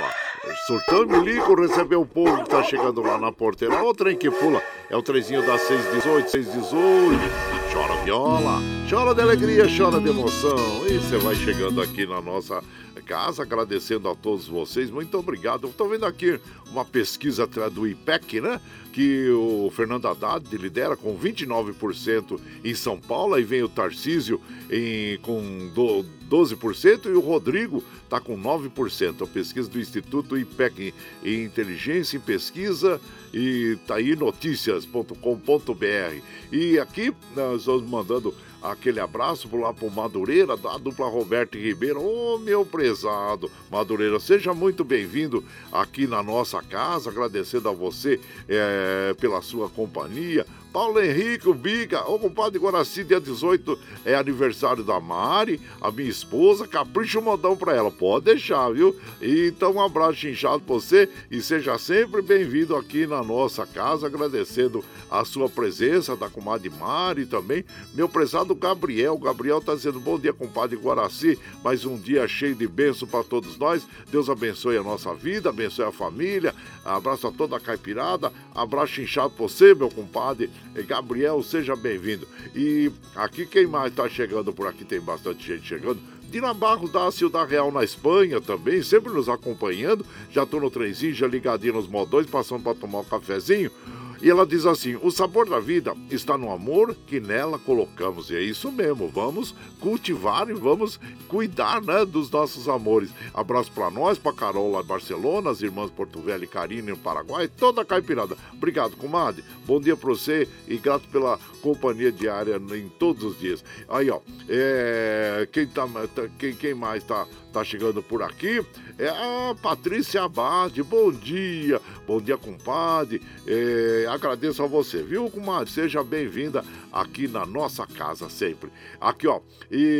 surtando milico, recebeu o povo que tá chegando lá na porteira. O trem que pula é o trenzinho das seis e dezoito, seis e dezoito. Chora viola, chora de alegria, chora de emoção. E você vai chegando aqui na nossa casa, agradecendo a todos vocês. Muito obrigado. Estou vendo aqui uma pesquisa do I P E C, né? Que o Fernando Haddad lidera com vinte e nove por cento em São Paulo, aí vem o Tarcísio em, com doze por cento e o Rodrigo está com nove por cento. A pesquisa do Instituto I P E C em Inteligência em Pesquisa e tá aí notícias ponto com ponto b r. E aqui nós vamos mandando aquele abraço lá pro Madureira, da dupla Roberto e Ribeiro. Ô, oh, meu prezado Madureira, seja muito bem-vindo aqui na nossa casa, agradecendo a você é, pela sua companhia. Paulo Henrique, o Biga, ô compadre Guaraci, dia dezoito é aniversário da Mari, a minha esposa, capricha um modão pra ela, pode deixar, viu? Então um abraço inchado pra você e seja sempre bem-vindo aqui na nossa casa, agradecendo a sua presença, da comadre Mari também, meu prezado Gabriel, Gabriel tá dizendo bom dia, compadre Guaraci, mais um dia cheio de bênção pra todos nós, Deus abençoe a nossa vida, abençoe a família, abraço a toda a caipirada, abraço inchado pra você, meu compadre Gabriel, seja bem-vindo. E aqui quem mais tá chegando por aqui, tem bastante gente chegando. Dina Barros da Ciudad Real na Espanha também, sempre nos acompanhando. Já tô no trenzinho, já ligadinho nos modões, passando para tomar um cafezinho. E ela diz assim, o sabor da vida está no amor que nela colocamos. E é isso mesmo, vamos cultivar e vamos cuidar, né, dos nossos amores. Abraço para nós, para Carol lá em Barcelona, as irmãs Porto Velho e Carine no Paraguai, toda a caipirada. Obrigado, comadre. Bom dia para você e grato pela companhia diária em todos os dias. Aí, ó, é, quem, tá, quem, quem mais tá, tá chegando por aqui é a Patrícia Abade. Bom dia, bom dia, compadre. É, agradeço a você, viu, comadre? Seja bem-vinda aqui na nossa casa sempre. Aqui, ó,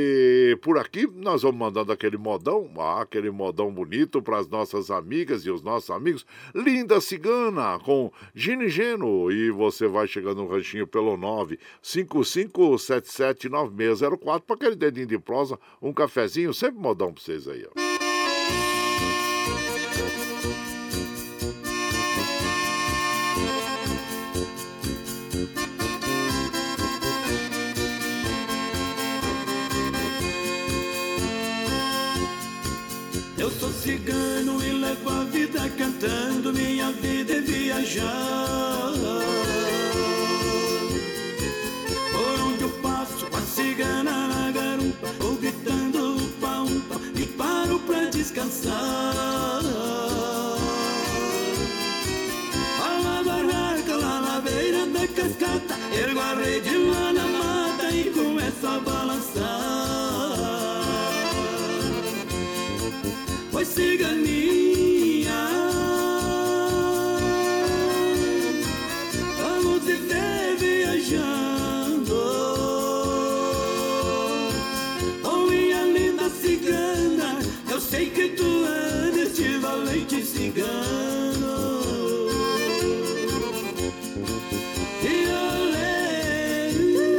e por aqui nós vamos mandando aquele modão, ah, aquele modão bonito para as nossas amigas e os nossos amigos. Linda Cigana com Gino e Geno. E você vai chegando no ranchinho pelo nove cinco cinco sete sete nove seis zero quatro para aquele dedinho de prosa, um cafezinho, sempre modão para vocês aí, ó. Eu sou cigano e levo a vida cantando, minha vida é viajar. Por onde eu passo, a cigana na garupa, ou gritando upa upa, e paro pra descansar. A la barraca, lá na beira da cascata, ergo a rede lá na mata e começo a balançar. Oi, ciganinha, vamos viver viajando. Oh, minha linda cigana, eu sei que tu é deste valente cigano. E olê,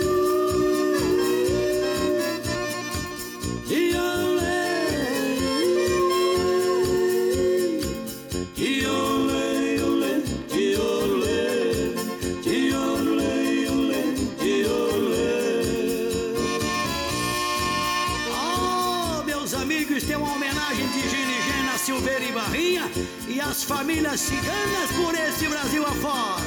e olê. Silveira e Barrinha e as famílias ciganas por esse Brasil afora.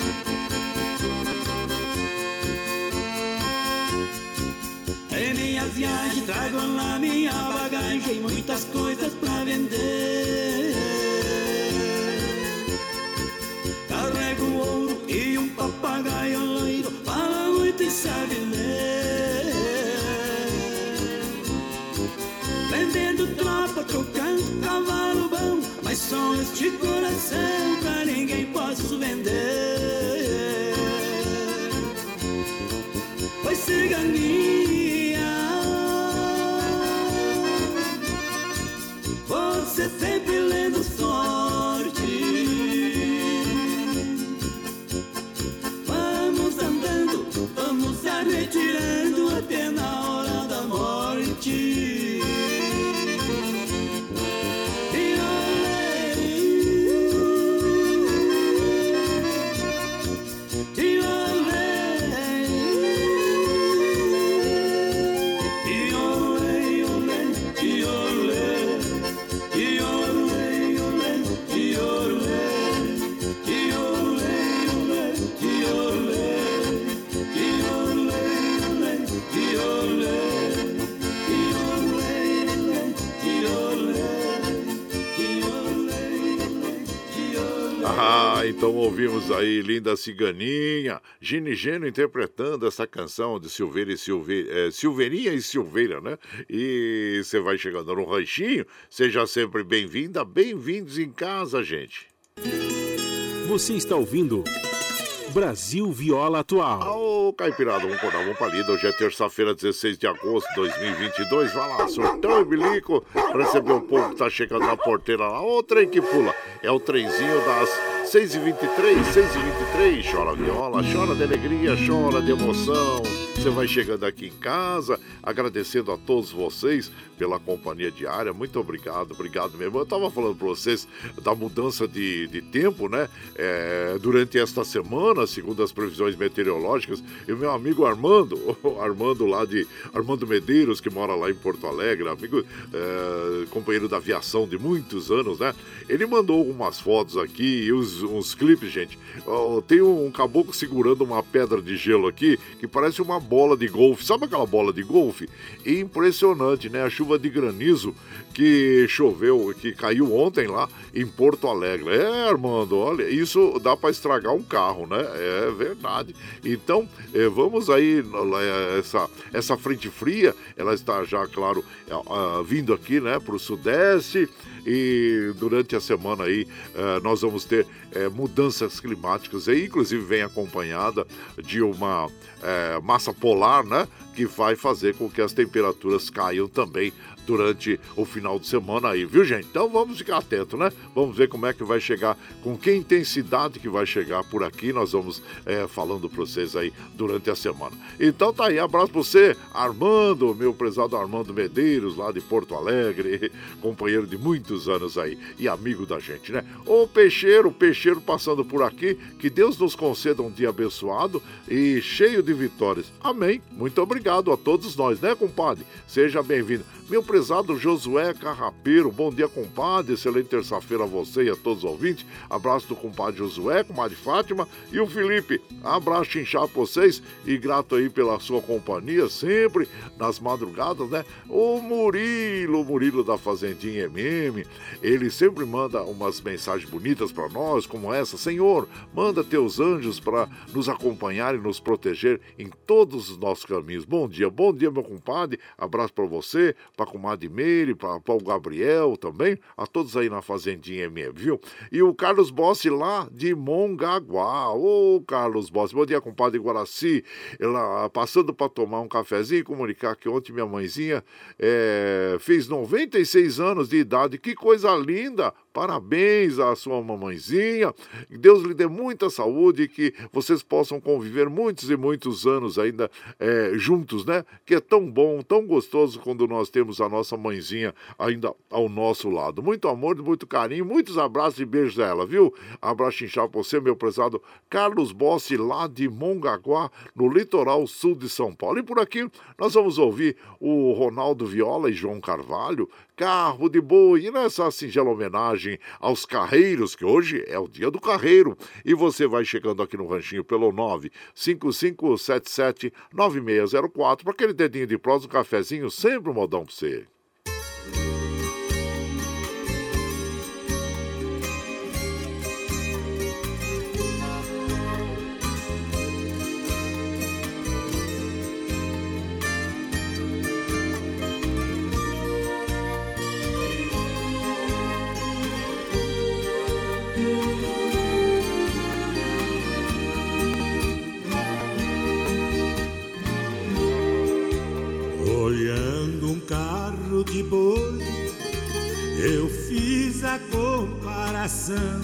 Em minha viagem trago na minha bagagem muitas coisas pra vender. Carrego ouro e um papagaio loiro, fala muito e sabe ler. Vendendo tropa, trocando cavalo bom, mas só este coração pra ninguém posso vender. Pois ciganinha, você sempre lendo sorte. Vamos andando, vamos a retirando até na hora da morte. E olê, Então ouvimos aí Linda Ciganinha, Gini Geno interpretando essa canção de Silveira e Silveira, é, Silveirinha e Silveira, né? E você vai chegando no ranchinho, seja sempre bem-vinda, bem-vindos em casa, gente. Você está ouvindo Brasil Viola Atual. Ô, Caipirada, vamos acordar, vamos pra lida. Hoje é terça-feira, dezesseis de agosto de dois mil e vinte e dois. Vai lá, surtão e bilico, pra receber o povo que tá chegando na porteira lá. Ô, trem que pula. É o trenzinho das seis e vinte e três, seis e vinte e três. Chora viola, chora de alegria, chora de emoção. Você vai chegando aqui em casa, agradecendo a todos vocês pela companhia diária. Muito obrigado, obrigado mesmo. Eu tava falando pra vocês da mudança de, de tempo, né? É, durante esta semana, segundo as previsões meteorológicas, e o meu amigo Armando, o Armando lá de Armando Medeiros, que mora lá em Porto Alegre, amigo, é, companheiro da aviação de muitos anos, né? Ele mandou algumas fotos aqui e uns, uns clipes, gente. Oh, tem um, um caboclo segurando uma pedra de gelo aqui que parece uma bola de golfe. Sabe aquela bola de golfe? Impressionante, né? A chuva de granizo que choveu, que caiu ontem lá em Porto Alegre. É, Armando, olha, isso dá para estragar um carro, né? É verdade. Então, eh, vamos aí, essa, essa frente fria, ela está já, claro, uh, vindo aqui, né, para o sudeste. E durante a semana aí uh, nós vamos ter uh, mudanças climáticas aí, inclusive vem acompanhada de uma uh, massa polar, né, que vai fazer com que as temperaturas caiam também durante o final de semana aí, viu, gente? Então vamos ficar atentos, né? Vamos ver como é que vai chegar, com que intensidade que vai chegar por aqui. Nós vamos é, falando para vocês aí durante a semana. Então tá aí, abraço pra você, Armando, meu prezado Armando Medeiros, lá de Porto Alegre, companheiro de muitos anos aí e amigo da gente, né? Ô Peixeiro, Peixeiro passando por aqui, que Deus nos conceda um dia abençoado e cheio de vitórias. Amém. Muito obrigado a todos nós, né, compadre? Seja bem-vindo. Meu prezado Josué Carrapeiro, bom dia, compadre, excelente terça-feira a você e a todos os ouvintes. Abraço do compadre Josué, comadre Fátima e o Felipe. Abraço inchado pra vocês e grato aí pela sua companhia sempre nas madrugadas, né? O Murilo, o Murilo da Fazendinha M M, ele sempre manda umas mensagens bonitas pra nós, como essa: Senhor, manda teus anjos para nos acompanhar e nos proteger em todos os nossos caminhos. Bom dia, bom dia, meu compadre, abraço pra você, para a comadre Meire, para o Gabriel também, a todos aí na Fazendinha M M, viu? E o Carlos Bossi lá de Mongaguá. Ô, Carlos Bossi, bom dia, compadre Guaraci. Ela passando para tomar um cafezinho e comunicar que ontem minha mãezinha é, fez noventa e seis anos de idade. Que coisa linda! Parabéns à sua mamãezinha. Deus lhe dê muita saúde e que vocês possam conviver muitos e muitos anos ainda é, juntos, né? Que é tão bom, tão gostoso quando nós temos a nossa mãezinha ainda ao nosso lado. Muito amor, muito carinho, muitos abraços e beijos a ela, viu? Abraço inchado pra você, meu prezado Carlos Bossi, lá de Mongaguá, no litoral sul de São Paulo. E por aqui nós vamos ouvir o Ronaldo Viola e João Carvalho, Carro de Boi, e nessa singela homenagem aos carreiros, que hoje é o dia do carreiro. E você vai chegando aqui no ranchinho pelo nove cinco cinco sete sete nove seis zero quatro, para aquele dedinho de prosa, um cafezinho, sempre um modão pra você. Olhando um carro de boi, eu fiz a comparação.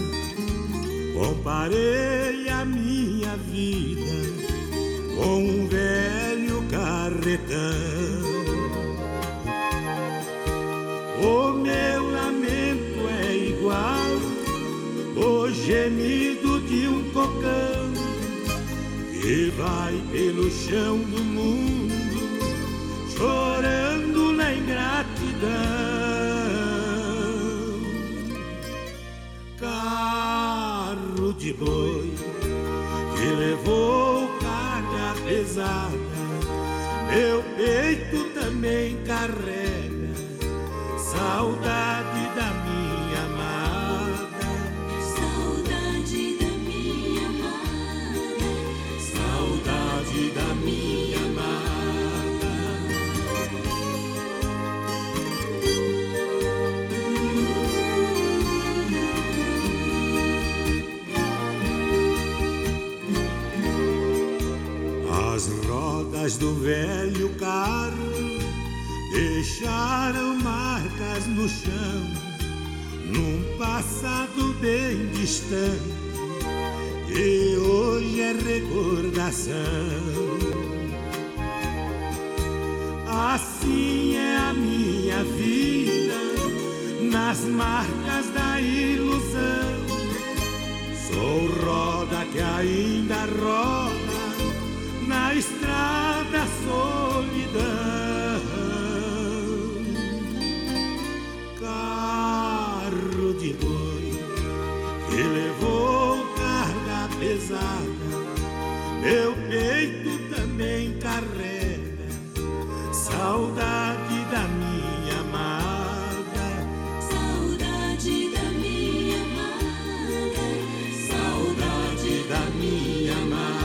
Comparei a minha vida com um velho carretão. O meu lamento é igual o gemido de um cocão que vai pelo chão do mundo chorando na ingratidão. Carro de boi que levou carga pesada, meu peito também carrega saudade da minha amada. Saudade da minha rodas do velho carro deixaram marcas no chão, num passado bem distante, e hoje é recordação. Assim é a minha vida, nas marcas da ilusão. Sou roda que ainda roda na estrada solidão. Carro de boi que levou carga pesada, meu peito também carrega saudade da minha amada, saudade da minha amada, saudade da minha amada.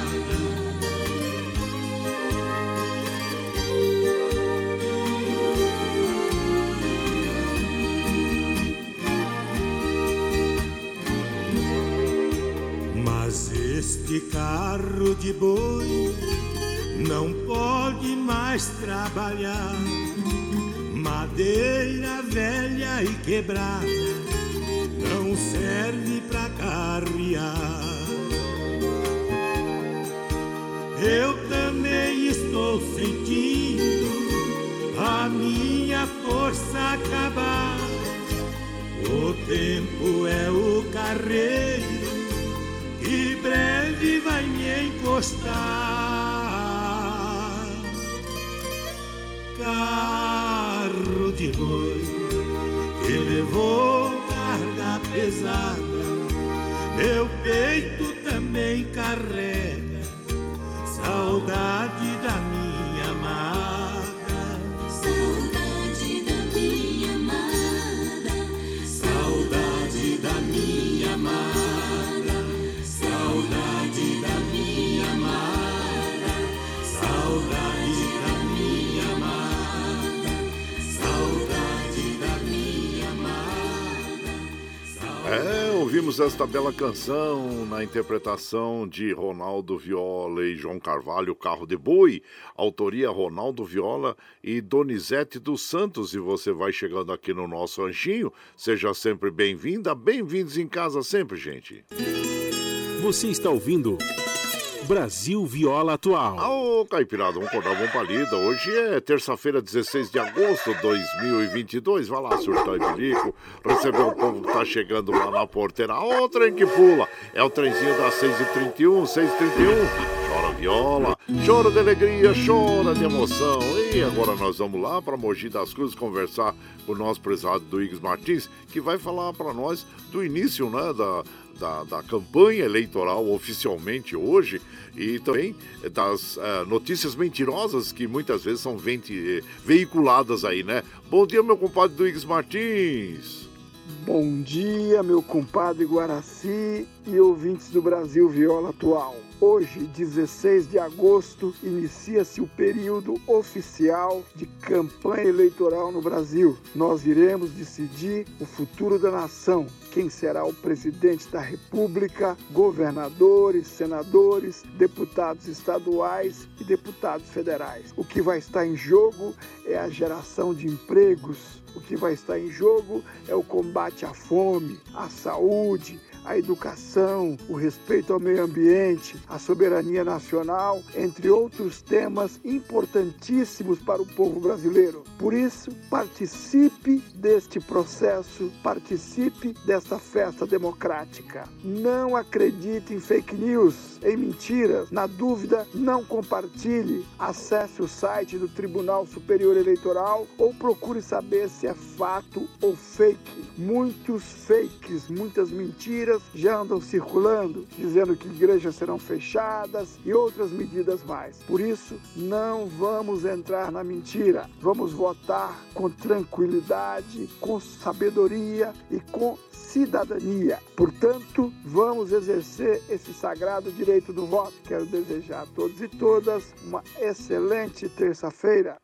Mas este carro de boi não pode mais trabalhar, madeira velha e quebrada não serve pra carrear. Eu também estou sentindo a minha força acabar. O tempo é o carreiro que breve vai me encostar. Carro de boi que levou carga pesada, meu peito também carrega saudade da minha amada, saudade da minha amada, saudade da minha amada, saudade da minha amada, saudade da minha amada, saudade da minha amada. É, ouvimos esta bela canção na interpretação de Ronaldo Viola e João Carvalho, Carro de Boi, autoria Ronaldo Viola e Donizete dos Santos. E você vai chegando aqui no nosso ranchinho, seja sempre bem-vinda, bem-vindos em casa sempre, gente. Você está ouvindo Brasil Viola Atual. Ô, Caipirada, vamos acordar, vamos pra lida. Hoje é terça-feira, dezesseis de agosto de dois mil e vinte e dois. Vai lá, surtar e bilico, receber o povo que tá chegando lá na porteira. Ó, o trem que pula. É o trenzinho das seis e trinta e um, seis e trinta e um. Chora viola, chora de alegria, chora de emoção. E agora nós vamos lá para Mogi das Cruzes conversar com o nosso prezado Duígues Martins, que vai falar para nós do início, né, da... Da, da campanha eleitoral oficialmente hoje e também das uh, notícias mentirosas que muitas vezes são venti- veiculadas aí, né? Bom dia, meu compadre Duígues Martins. Bom dia, meu compadre Guaraci e ouvintes do Brasil Viola Atual. Hoje, dezesseis de agosto, inicia-se o período oficial de campanha eleitoral no Brasil. Nós iremos decidir o futuro da nação, quem será o presidente da República, governadores, senadores, deputados estaduais e deputados federais. O que vai estar em jogo é a geração de empregos. O que vai estar em jogo é o combate à fome, à saúde, a educação, o respeito ao meio ambiente, a soberania nacional, entre outros temas importantíssimos para o povo brasileiro. Por isso, participe deste processo, participe desta festa democrática. Não acredite em fake news, em mentiras. Na dúvida, não compartilhe. Acesse o site do Tribunal Superior Eleitoral ou procure saber se é fato ou fake. Muitos fakes, muitas mentiras já andam circulando, dizendo que igrejas serão fechadas e outras medidas mais. Por isso, não vamos entrar na mentira. Vamos votar com tranquilidade, com sabedoria e com cidadania. Portanto, vamos exercer esse sagrado direito do voto. Quero desejar a todos e todas uma excelente terça-feira.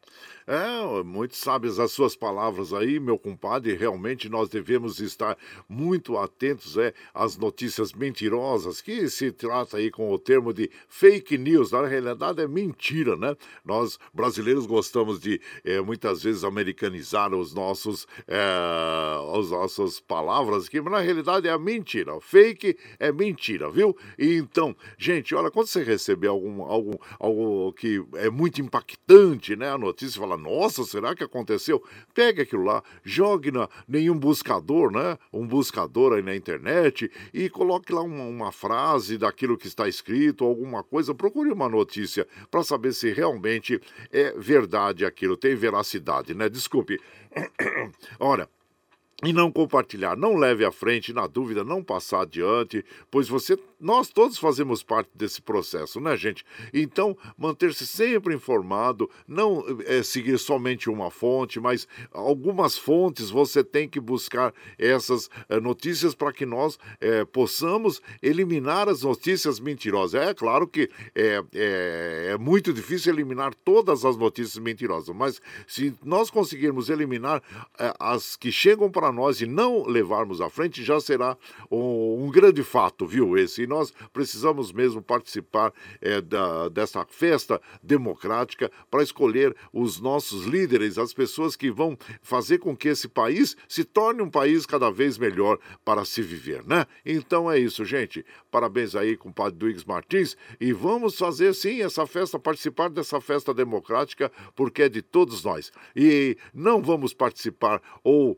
É, muito sábias as suas palavras aí, meu compadre. Realmente nós devemos estar muito atentos é, as notícias mentirosas, que se trata aí com o termo de fake news. Na realidade é mentira, né? Nós brasileiros gostamos de eh, muitas vezes americanizar os nossos, eh, as nossas palavras aqui, mas na realidade é a mentira. Fake é mentira, viu? E então, gente, olha, quando você receber algum, algum, algo que é muito impactante, né? A notícia fala, nossa, será que aconteceu? Pegue aquilo lá, jogue na nenhum buscador, né? Um buscador aí na internet e coloque lá uma, uma frase daquilo que está escrito, alguma coisa, procure uma notícia para saber se realmente é verdade aquilo, tem veracidade, né? Desculpe. Ora, e não compartilhar, não leve à frente, na dúvida, não passar adiante, pois você, nós todos fazemos parte desse processo, né, gente? Então, manter-se sempre informado, não é, seguir somente uma fonte, mas algumas fontes você tem que buscar essas é, notícias para que nós é, possamos eliminar as notícias mentirosas. É claro que é, é, é muito difícil eliminar todas as notícias mentirosas, mas se nós conseguirmos eliminar é, as que chegam para nós e não levarmos à frente, já será um, um grande fato, viu, esse. E nós precisamos mesmo participar é, da, dessa festa democrática para escolher os nossos líderes, as pessoas que vão fazer com que esse país se torne um país cada vez melhor para se viver, né? Então é isso, gente. Parabéns aí com o padre Duígues Martins e vamos fazer, sim, essa festa, participar dessa festa democrática, porque é de todos nós. E não vamos participar ou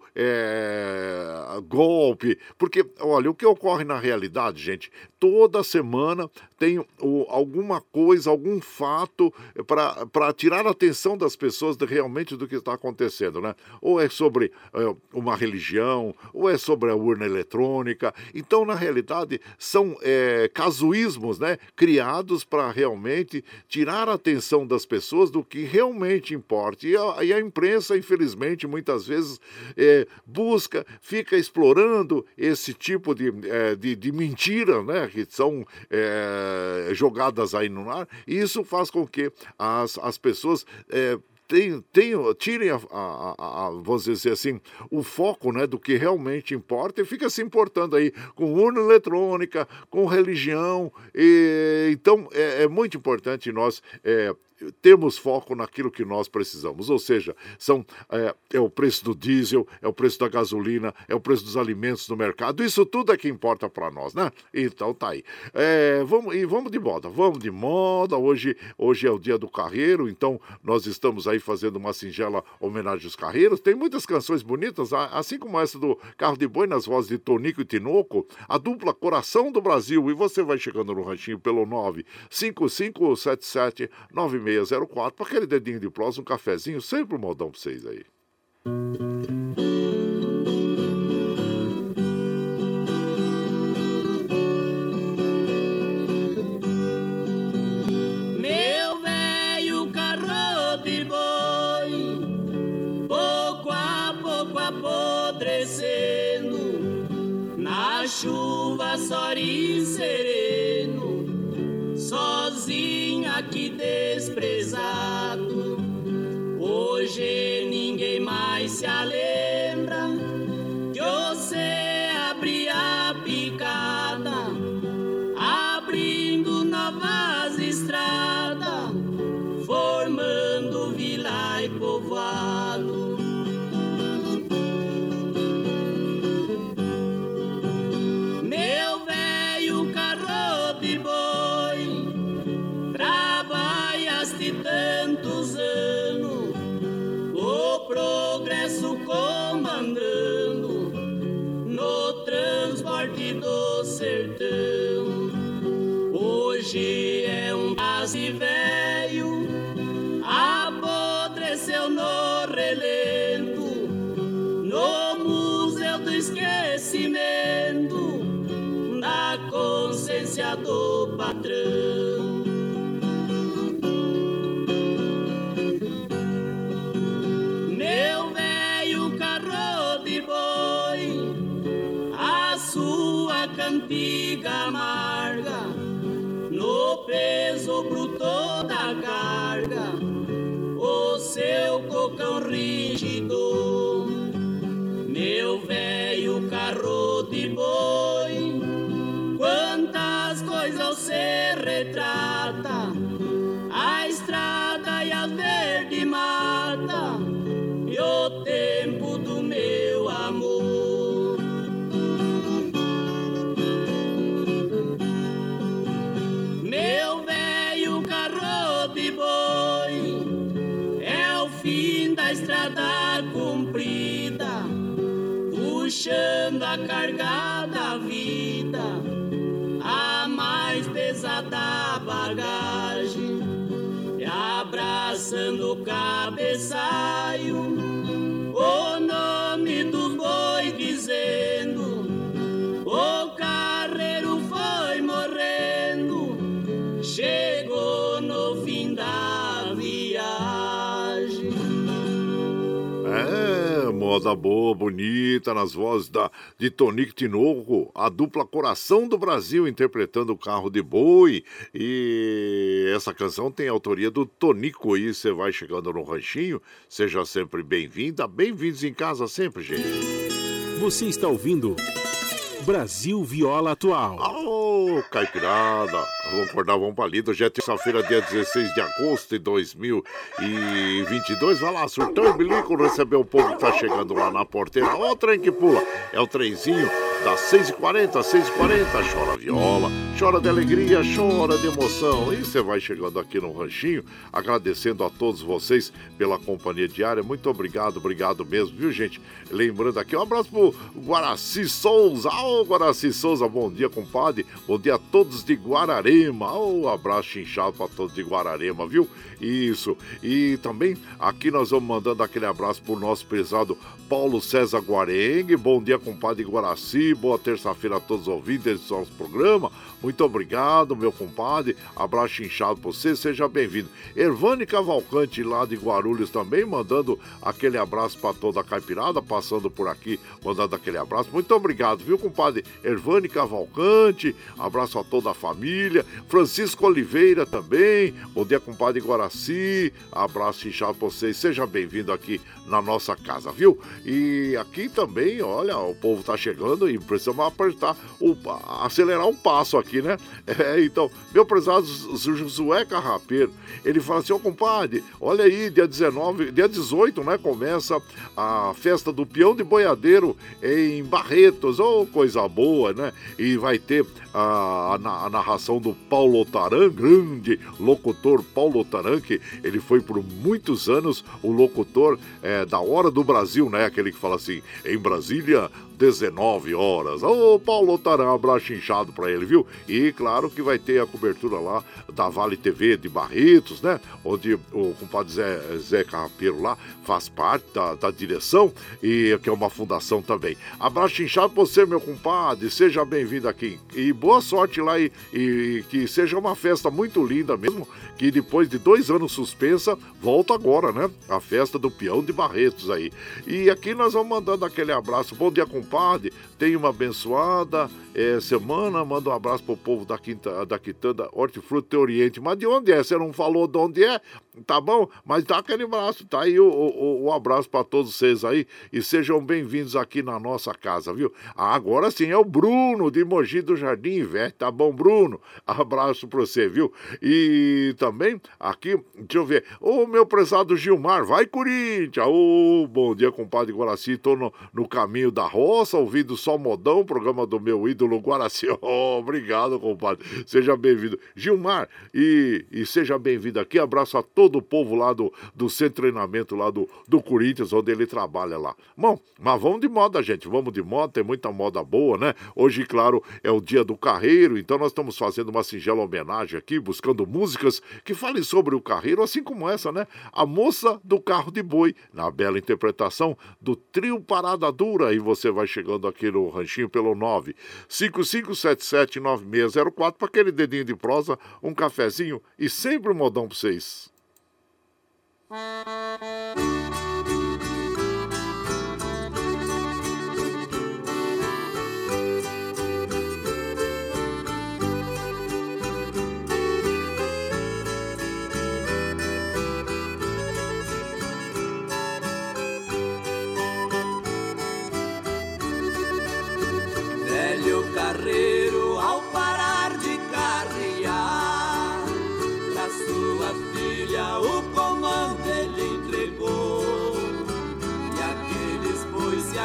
é, golpe, porque, olha, o que ocorre na realidade, gente, toda semana tem o, alguma coisa, algum fato para tirar a atenção das pessoas de, realmente do que está acontecendo, né? Ou é sobre é, uma religião, ou é sobre a urna eletrônica. Então, na realidade, são é, casuísmos, né, criados para realmente tirar a atenção das pessoas do que realmente importa. E a, e a imprensa, infelizmente, muitas vezes é, busca, fica explorando esse tipo de, é, de, de mentira, né, que são é, jogadas aí no ar, e isso faz com que as, as pessoas é, Tem, tem, tirem, a, a, a, a, vamos dizer assim, o foco, né, do que realmente importa e fica se importando aí com urna eletrônica, com religião. E, então, é, é muito importante nós é, termos foco naquilo que nós precisamos. Ou seja, são, é, é o preço do diesel, é o preço da gasolina, é o preço dos alimentos no mercado. Isso tudo é que importa para nós, né? Então tá aí. É, vamos, e vamos de moda, vamos de moda. Hoje, hoje é o dia do carreiro, então nós estamos aí fazendo uma singela homenagem aos carreiros. Tem muitas canções bonitas, assim como essa do Carro de Boi nas vozes de Tonico e Tinoco, a dupla Coração do Brasil. E você vai chegando no ranchinho pelo nove cinco cinco sete sete nove seis zero quatro para aquele dedinho de prosa, um cafezinho, sempre um modão para vocês aí. Meu velho carro de boi, pouco a pouco apodrecendo, na chuva só e sereno, sozinho aqui desprezado. Hoje ninguém mais se lembra que você abria a picada, abrindo novas estradas, formando vila e povoado. Meu velho carro de boi, trabalhaste tantos anos, o progresso comandando no transporte do sertão. Hoje é um quase velho, apodreceu no relento, no museu do esquecimento, na consciência do patrão. Meu velho carro de boi, a sua cantiga amarga, no peso bruto da carga, o seu cocão rígido. Meu velho carro de boi, da verde mata e o tempo do meu amor. Meu velho carro de boi é o fim da estrada comprida, puxando a carga da vida, a mais pesada bagagem, e abraçando o cabeçalho, o nome do boi dizendo, o carreiro foi morrendo, chegou no fim da viagem. É, moda boa, bonita, nas vozes da, de Tonico Tinoco, a dupla Coração do Brasil, interpretando o Carro de Boi. E essa canção tem autoria do Tonico. E você vai chegando no ranchinho, seja sempre bem-vinda, bem-vindos em casa sempre, gente. Você está ouvindo Brasil Viola Atual. Ô, caipirada, vamos acordar, vamos pra lida. Hoje é terça-feira, dia dezesseis de agosto de dois mil e vinte e dois. Vai lá, surtão e bilico, receber o povo que tá chegando lá na porteira. Ó, o trem que pula, é o trenzinho das seis e quarenta, seis e quarenta. Chora viola, chora de alegria, chora de emoção. E você vai chegando aqui no ranchinho, agradecendo a todos vocês pela companhia diária. Muito obrigado, obrigado mesmo, viu, gente? Lembrando aqui, um abraço pro Guaraci Souza. Ô, Guaraci Souza, bom dia, compadre. Bom dia a todos de Guararema. Ô, abraço inchado pra todos de Guararema, viu? Isso. E também aqui nós vamos mandando aquele abraço pro nosso prezado Paulo César Guarengue. Bom dia, compadre Guaraci. Boa terça-feira a todos os ouvintes desse nosso programa. Muito obrigado, meu compadre. Abraço inchado pra você, seja bem-vindo. Ervane Cavalcante, lá de Guarulhos, também mandando aquele abraço pra toda a caipirada, passando por aqui, mandando aquele abraço. Muito obrigado, viu, compadre Ervane Cavalcante? Abraço a toda a família. Francisco Oliveira também. Bom dia, compadre Guaraci. Abraço inchado pra vocês, seja bem-vindo aqui na nossa casa, viu? E aqui também, olha, o povo tá chegando e precisamos apertar, o, acelerar um passo aqui, né? É, então, meu prezado Josué Carrapeiro, ele fala assim, ó, compadre, olha aí, dia dezenove, dia dezoito, né, começa a festa do peão de boiadeiro em Barretos, ô, oh, coisa boa, né? E vai ter a, a, a narração do Paulo Otaran, grande locutor Paulo Otaran, que ele foi por muitos anos o locutor é, da Hora do Brasil, né? Aquele que fala assim, em Brasília, dezenove horas. Ô, Paulo Otaran, um abraço inchado pra ele, viu? E claro que vai ter a cobertura lá da Vale T V de Barretos, né? Onde o compadre Zé, Zé Carrapeiro lá faz parte da, da direção e que é uma fundação também. Abraço inchado pra você, meu compadre. Seja bem-vindo aqui. E boa sorte lá e, e que seja uma festa muito linda mesmo, que depois de dois anos suspensa, volta agora, né? A festa do peão de Barretos aí. E aqui nós vamos mandando aquele abraço. Bom dia, compadre. Tenha uma abençoada é, semana. Manda um abraço pro povo da, quinta, da Quitanda Hortifruti Oriente. Mas de onde é? Você não falou de onde é? Tá bom? Mas dá aquele abraço. Tá aí o, o, o abraço para todos vocês aí. E sejam bem-vindos aqui na nossa casa, viu? Ah, agora sim, é o Bruno de Mogi do Jardim Ivete. Tá bom, Bruno? Abraço pra você, viu? E também aqui, deixa eu ver. Ô, meu prezado Gilmar, vai Corinthians! Ô, bom dia, compadre Guaraci. Tô no, no caminho da roça, ouvindo só modão, programa do meu ídolo Guaraci. Oh, obrigado, compadre. Seja bem-vindo. Gilmar, e, e seja bem-vindo aqui. Abraço a todo o povo lá do, do centro de treinamento lá do, do Corinthians, onde ele trabalha lá. Bom, mas vamos de moda, gente. Vamos de moda, tem muita moda boa, né? Hoje, claro, é o dia do carreiro, então nós estamos fazendo uma singela homenagem aqui, buscando músicas que falem sobre o carreiro, assim como essa, né? A Moça do Carro de Boi, na bela interpretação do Trio Parada Dura. E você vai chegando aqui no ranchinho pelo nove cinco cinco sete sete nove seis zero quatro para aquele dedinho de prosa, um cafezinho e sempre um modão para vocês. Velho carreiro, ao parar de carrear, pra sua filha o comando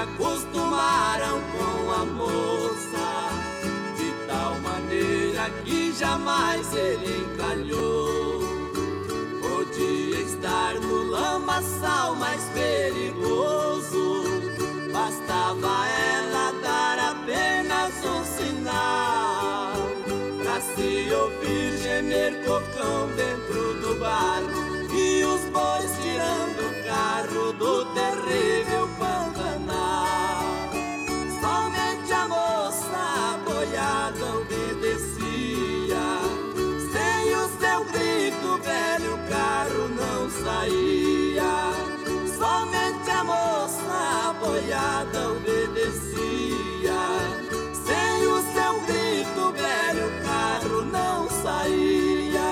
acostumaram com a moça, de tal maneira que jamais ele encalhou. Podia estar no lamaçal mais perigoso, bastava ela dar apenas um sinal, pra se ouvir gemer cocão dentro do barro e os bois tirando o carro do terrível Pantanal. Somente a moça boiada obedecia, sem o seu grito velho carro não saía. Somente a moça boiada obedecia, sem o seu grito velho carro não saía.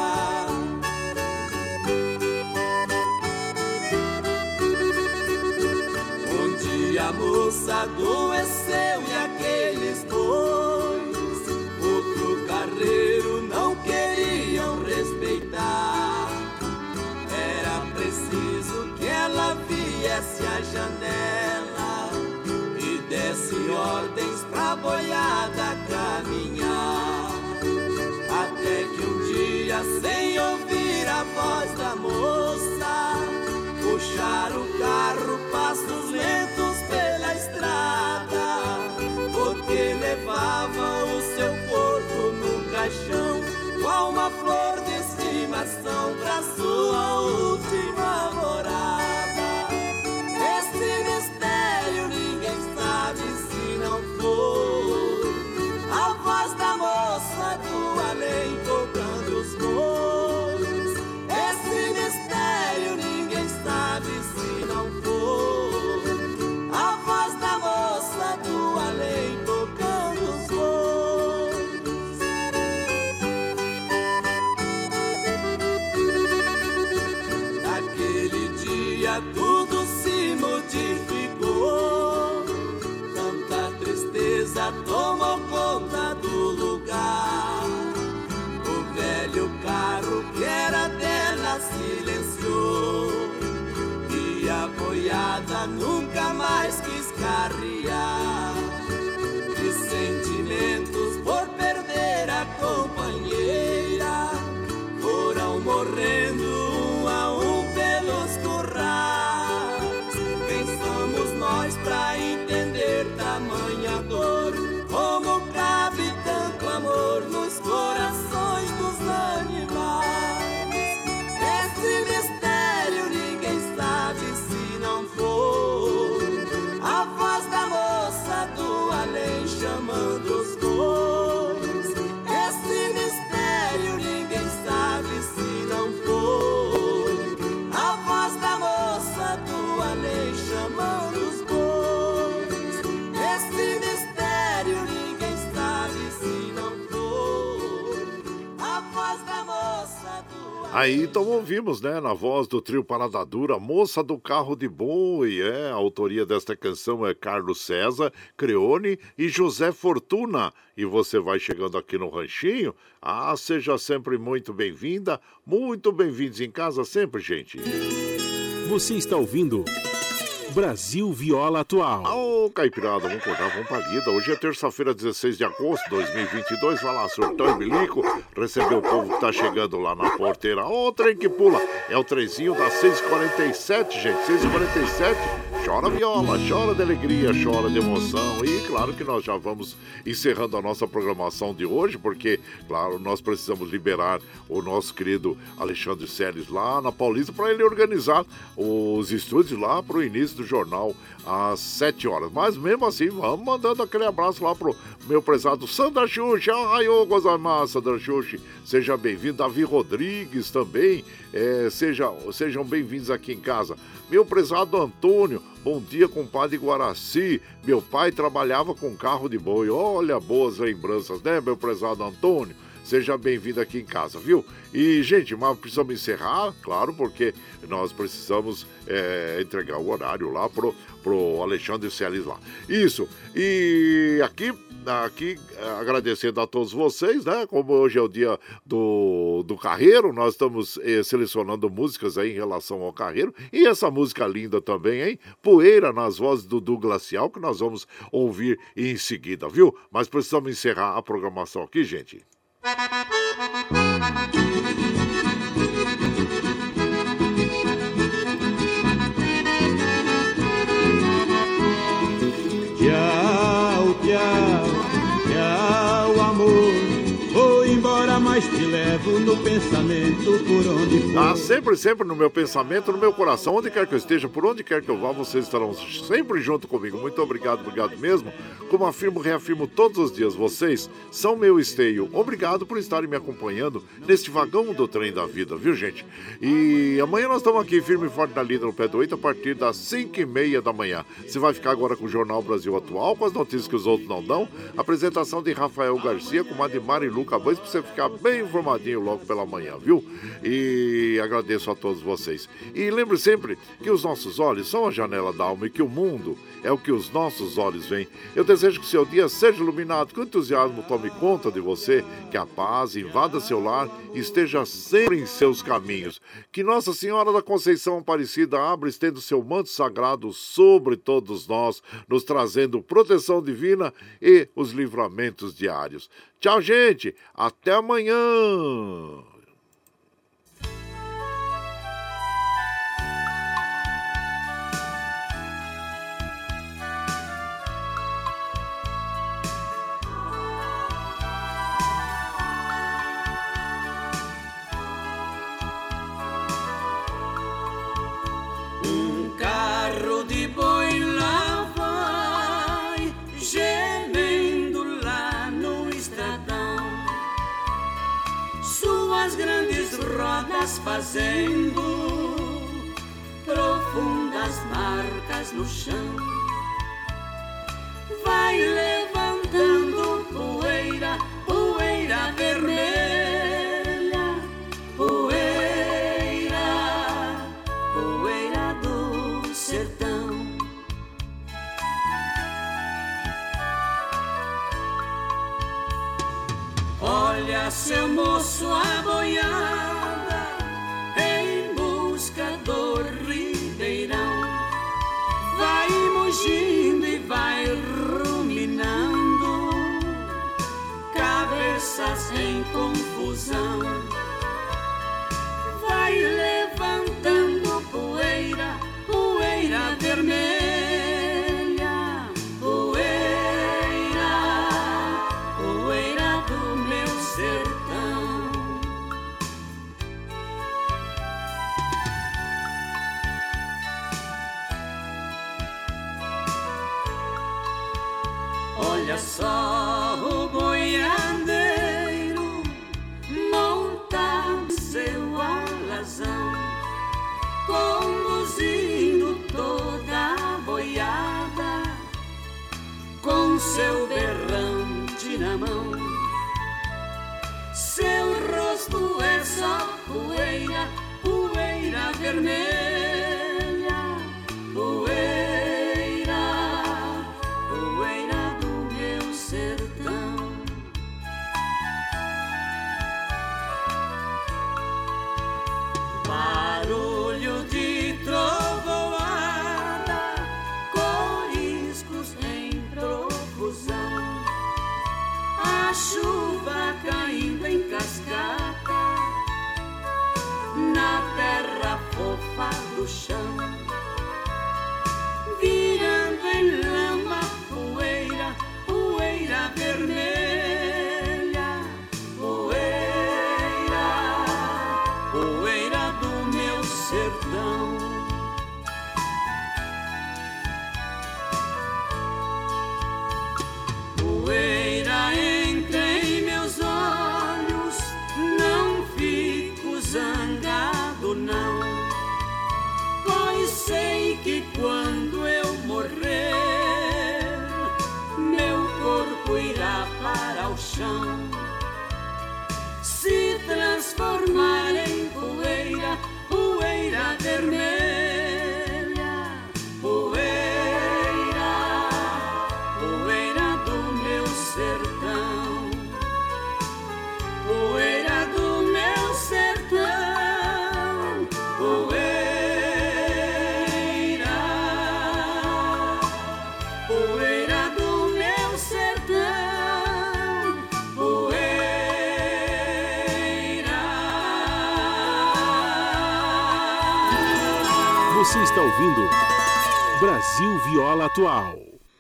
A moça adoeceu e aqueles bois, outro carreiro não queriam respeitar. Era preciso que ela viesse à janela e desse ordens pra boiada caminhar. Até que um dia, sem ouvir a voz da moça, puxaram o carro passos lentos pela estrada, porque levava o seu corpo num caixão, qual uma flor de estimação pra sua última morada. Esse mistério ninguém sabe se não for a voz da moça do além tocando os bois. Esse mistério ninguém sabe se não for a voz da moça do além tocando os bois. Naquele dia tudo se modificou, tanta tristeza tomou conta do lugar. O velho carro que era dela silenciou e a boiada nunca mais quis carrear. De sentimentos por perder a companheira, foram morrendo um a um pelos currais. Pensamos nós pra entender tamanha dor, como cabe tanto amor nos corações dos animais. Esse mistério ninguém sabe se não for a voz da moça do além chamando os bois. Esse mistério ninguém sabe se não for a voz da moça do além chamando os bois. Esse mistério ninguém sabe se não for a voz da moça do além. Aí então ouvimos, né, na voz do trio Parada Dura, Moça do Carro de Boi. É, a autoria desta canção é Carlos César, Creone e José Fortuna. E você vai chegando aqui no Ranchinho, ah, seja sempre muito bem-vinda, muito bem-vindos em casa sempre, gente. Você está ouvindo Brasil Viola Atual. Ô, Caipirada, vamos acordar, vamos pra lida. Hoje é terça-feira, dezesseis de agosto de dois mil e vinte e dois. Vai lá, surtão e bilico, receber o povo que tá chegando lá na porteira. Ô, trem que pula, é o trenzinho das seis e quarenta e sete, gente, seis e quarenta e sete. Chora viola, chora de alegria, chora de emoção. E claro que nós já vamos encerrando a nossa programação de hoje, porque, claro, nós precisamos liberar o nosso querido Alexandre Seles lá na Paulista para ele organizar os estúdios lá para o início do jornal às sete horas. Mas mesmo assim, vamos mandando aquele abraço lá pro meu prezado Sandra Xuxi. Arraiô, gozamassa, Sandra Xuxi. Seja bem-vindo. Davi Rodrigues também. É, seja, sejam bem-vindos aqui em casa. Meu prezado Antônio, bom dia, compadre Guaraci. Meu pai trabalhava com carro de boi. Olha, boas lembranças, né, meu prezado Antônio? Seja bem-vindo aqui em casa, viu? E, gente, mas precisamos encerrar, claro, porque nós precisamos é, entregar o horário lá pro, pro Alexandre Celis lá. Isso. E aqui aqui eh, agradecendo a todos vocês, né? Como hoje é o dia do, do carreiro, nós estamos eh, selecionando músicas aí em relação ao carreiro. E essa música linda também, hein? Poeira, nas vozes do Du Glacial, que nós vamos ouvir em seguida, viu? Mas precisamos encerrar a programação aqui, gente. Tchau, tchau, tchau, amor. Vou embora, mas te levo no pensamento por onde for. Tá sempre, sempre no meu pensamento, no meu coração, onde quer que eu esteja, por onde quer que eu vá, vocês estarão sempre junto comigo. Muito obrigado, obrigado mesmo. Como afirmo, reafirmo todos os dias, vocês são meu esteio. Obrigado por estarem me acompanhando neste vagão do trem da vida, viu, gente? E amanhã nós estamos aqui firme e forte na lida no pé do oito a partir das cinco e meia da manhã. Você vai ficar agora com o Jornal Brasil Atual, com as notícias que os outros não dão. Apresentação de Rafael Garcia com Mademar e Luca Bans, pra você ficar bem informadinho logo pela manhã, viu? E agradeço a todos vocês. E lembre sempre que os nossos olhos são a janela da alma e que o mundo é o que os nossos olhos veem. Eu desejo que seu dia seja iluminado, que o entusiasmo tome conta de você, que a paz invada seu lar e esteja sempre em seus caminhos. Que Nossa Senhora da Conceição Aparecida abra estendo seu manto sagrado sobre todos nós, nos trazendo proteção divina e os livramentos diários. Tchau, gente! Até amanhã! Um carro de boi lá vai, gemendo lá no estradão, suas grandes rodas fazendo profundas marcas no chão. Vai levantando poeira, poeira vermelha, poeira, poeira do sertão. Olha, seu moço, a boiada em busca do ribeirão, vai mugindo e vai ruminando, cabeças em confusão. Vai levantando poeira, poeira vermelha, poeira, poeira do meu sertão. Olha só o boiadeiro montado em seu alazão, conduzindo toda a boiada com seu berrante na mão. Seu rosto é só poeira, poeira vermelha, poeira, poeira do meu sertão. Barulho de trovoada, coriscos em profusão, a chuva caindo em cascata na terra fofa do chão, virando em lama poeira, poeira vermelha, poeira, poeira do meu sertão. Poeira entra em meus olhos, não fico zangado não, pois sei que quando eu morrer, meu corpo irá para o chão, se transformar em poeira, poeira vermelha, poeira, poeira do meu ser. Você está ouvindo Brasil Viola Atual.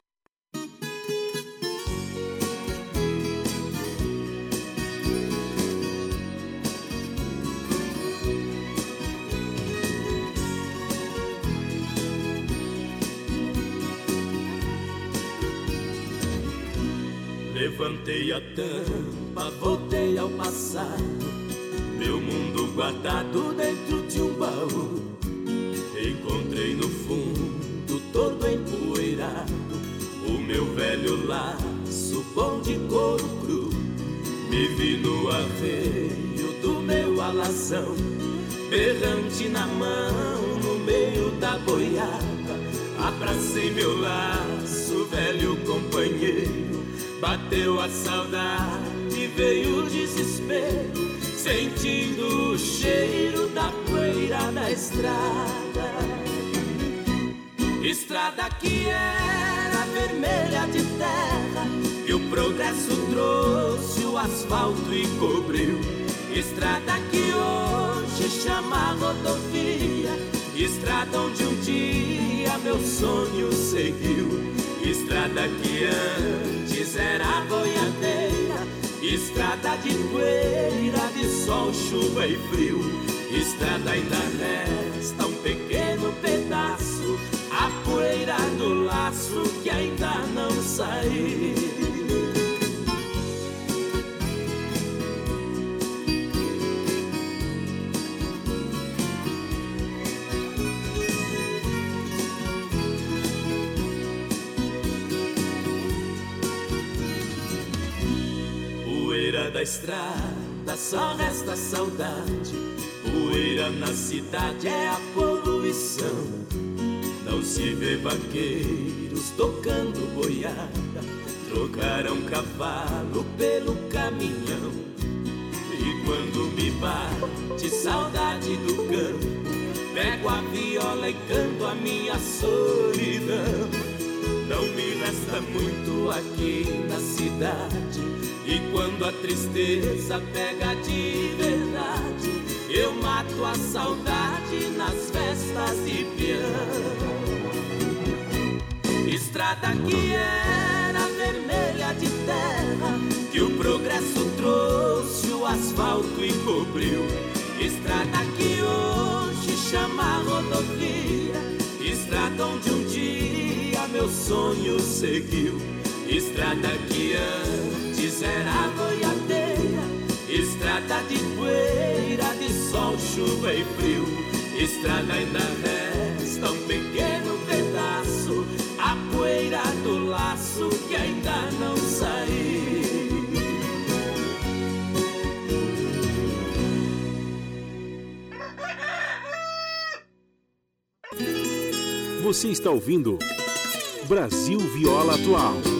Levantei a tampa, voltei ao passado, meu mundo guardado dentro de um baú. Encontrei no fundo, todo empoeirado, o meu velho laço bom de couro cru. Me vi no arreio do meu alazão, berrante na mão, no meio da boiada. Abracei meu laço, velho companheiro. Bateu a saudade, veio o desespero, sentindo o cheiro da poeira da estrada. Estrada que era vermelha de terra, e o progresso trouxe o asfalto e cobriu. Estrada que hoje chama rodovia, estrada onde um dia meu sonho seguiu. Estrada que antes era boiadeira, estrada de poeira, de sol, chuva e frio. Estrada ainda resta um pequeno pedaço, a poeira do laço que ainda não saiu. Da estrada só resta saudade, poeira na cidade é a poluição. Não se vê vaqueiros tocando boiada, trocaram cavalo pelo caminhão. E quando me bate saudade do campo, pego a viola e canto a minha solidão. Não me resta muito aqui na cidade, e quando a tristeza pega de verdade, eu mato a saudade nas festas de peão. Estrada que era vermelha de terra, que o progresso trouxe o asfalto e cobriu. Estrada que hoje chama rodovia, estrada onde um dia meu sonho seguiu. Estrada que antes era boiadeira, estrada de poeira, de sol, chuva e frio. Estrada ainda resta um pequeno pedaço, a poeira do laço que ainda não saiu. Você está ouvindo Brasil Viola Atual.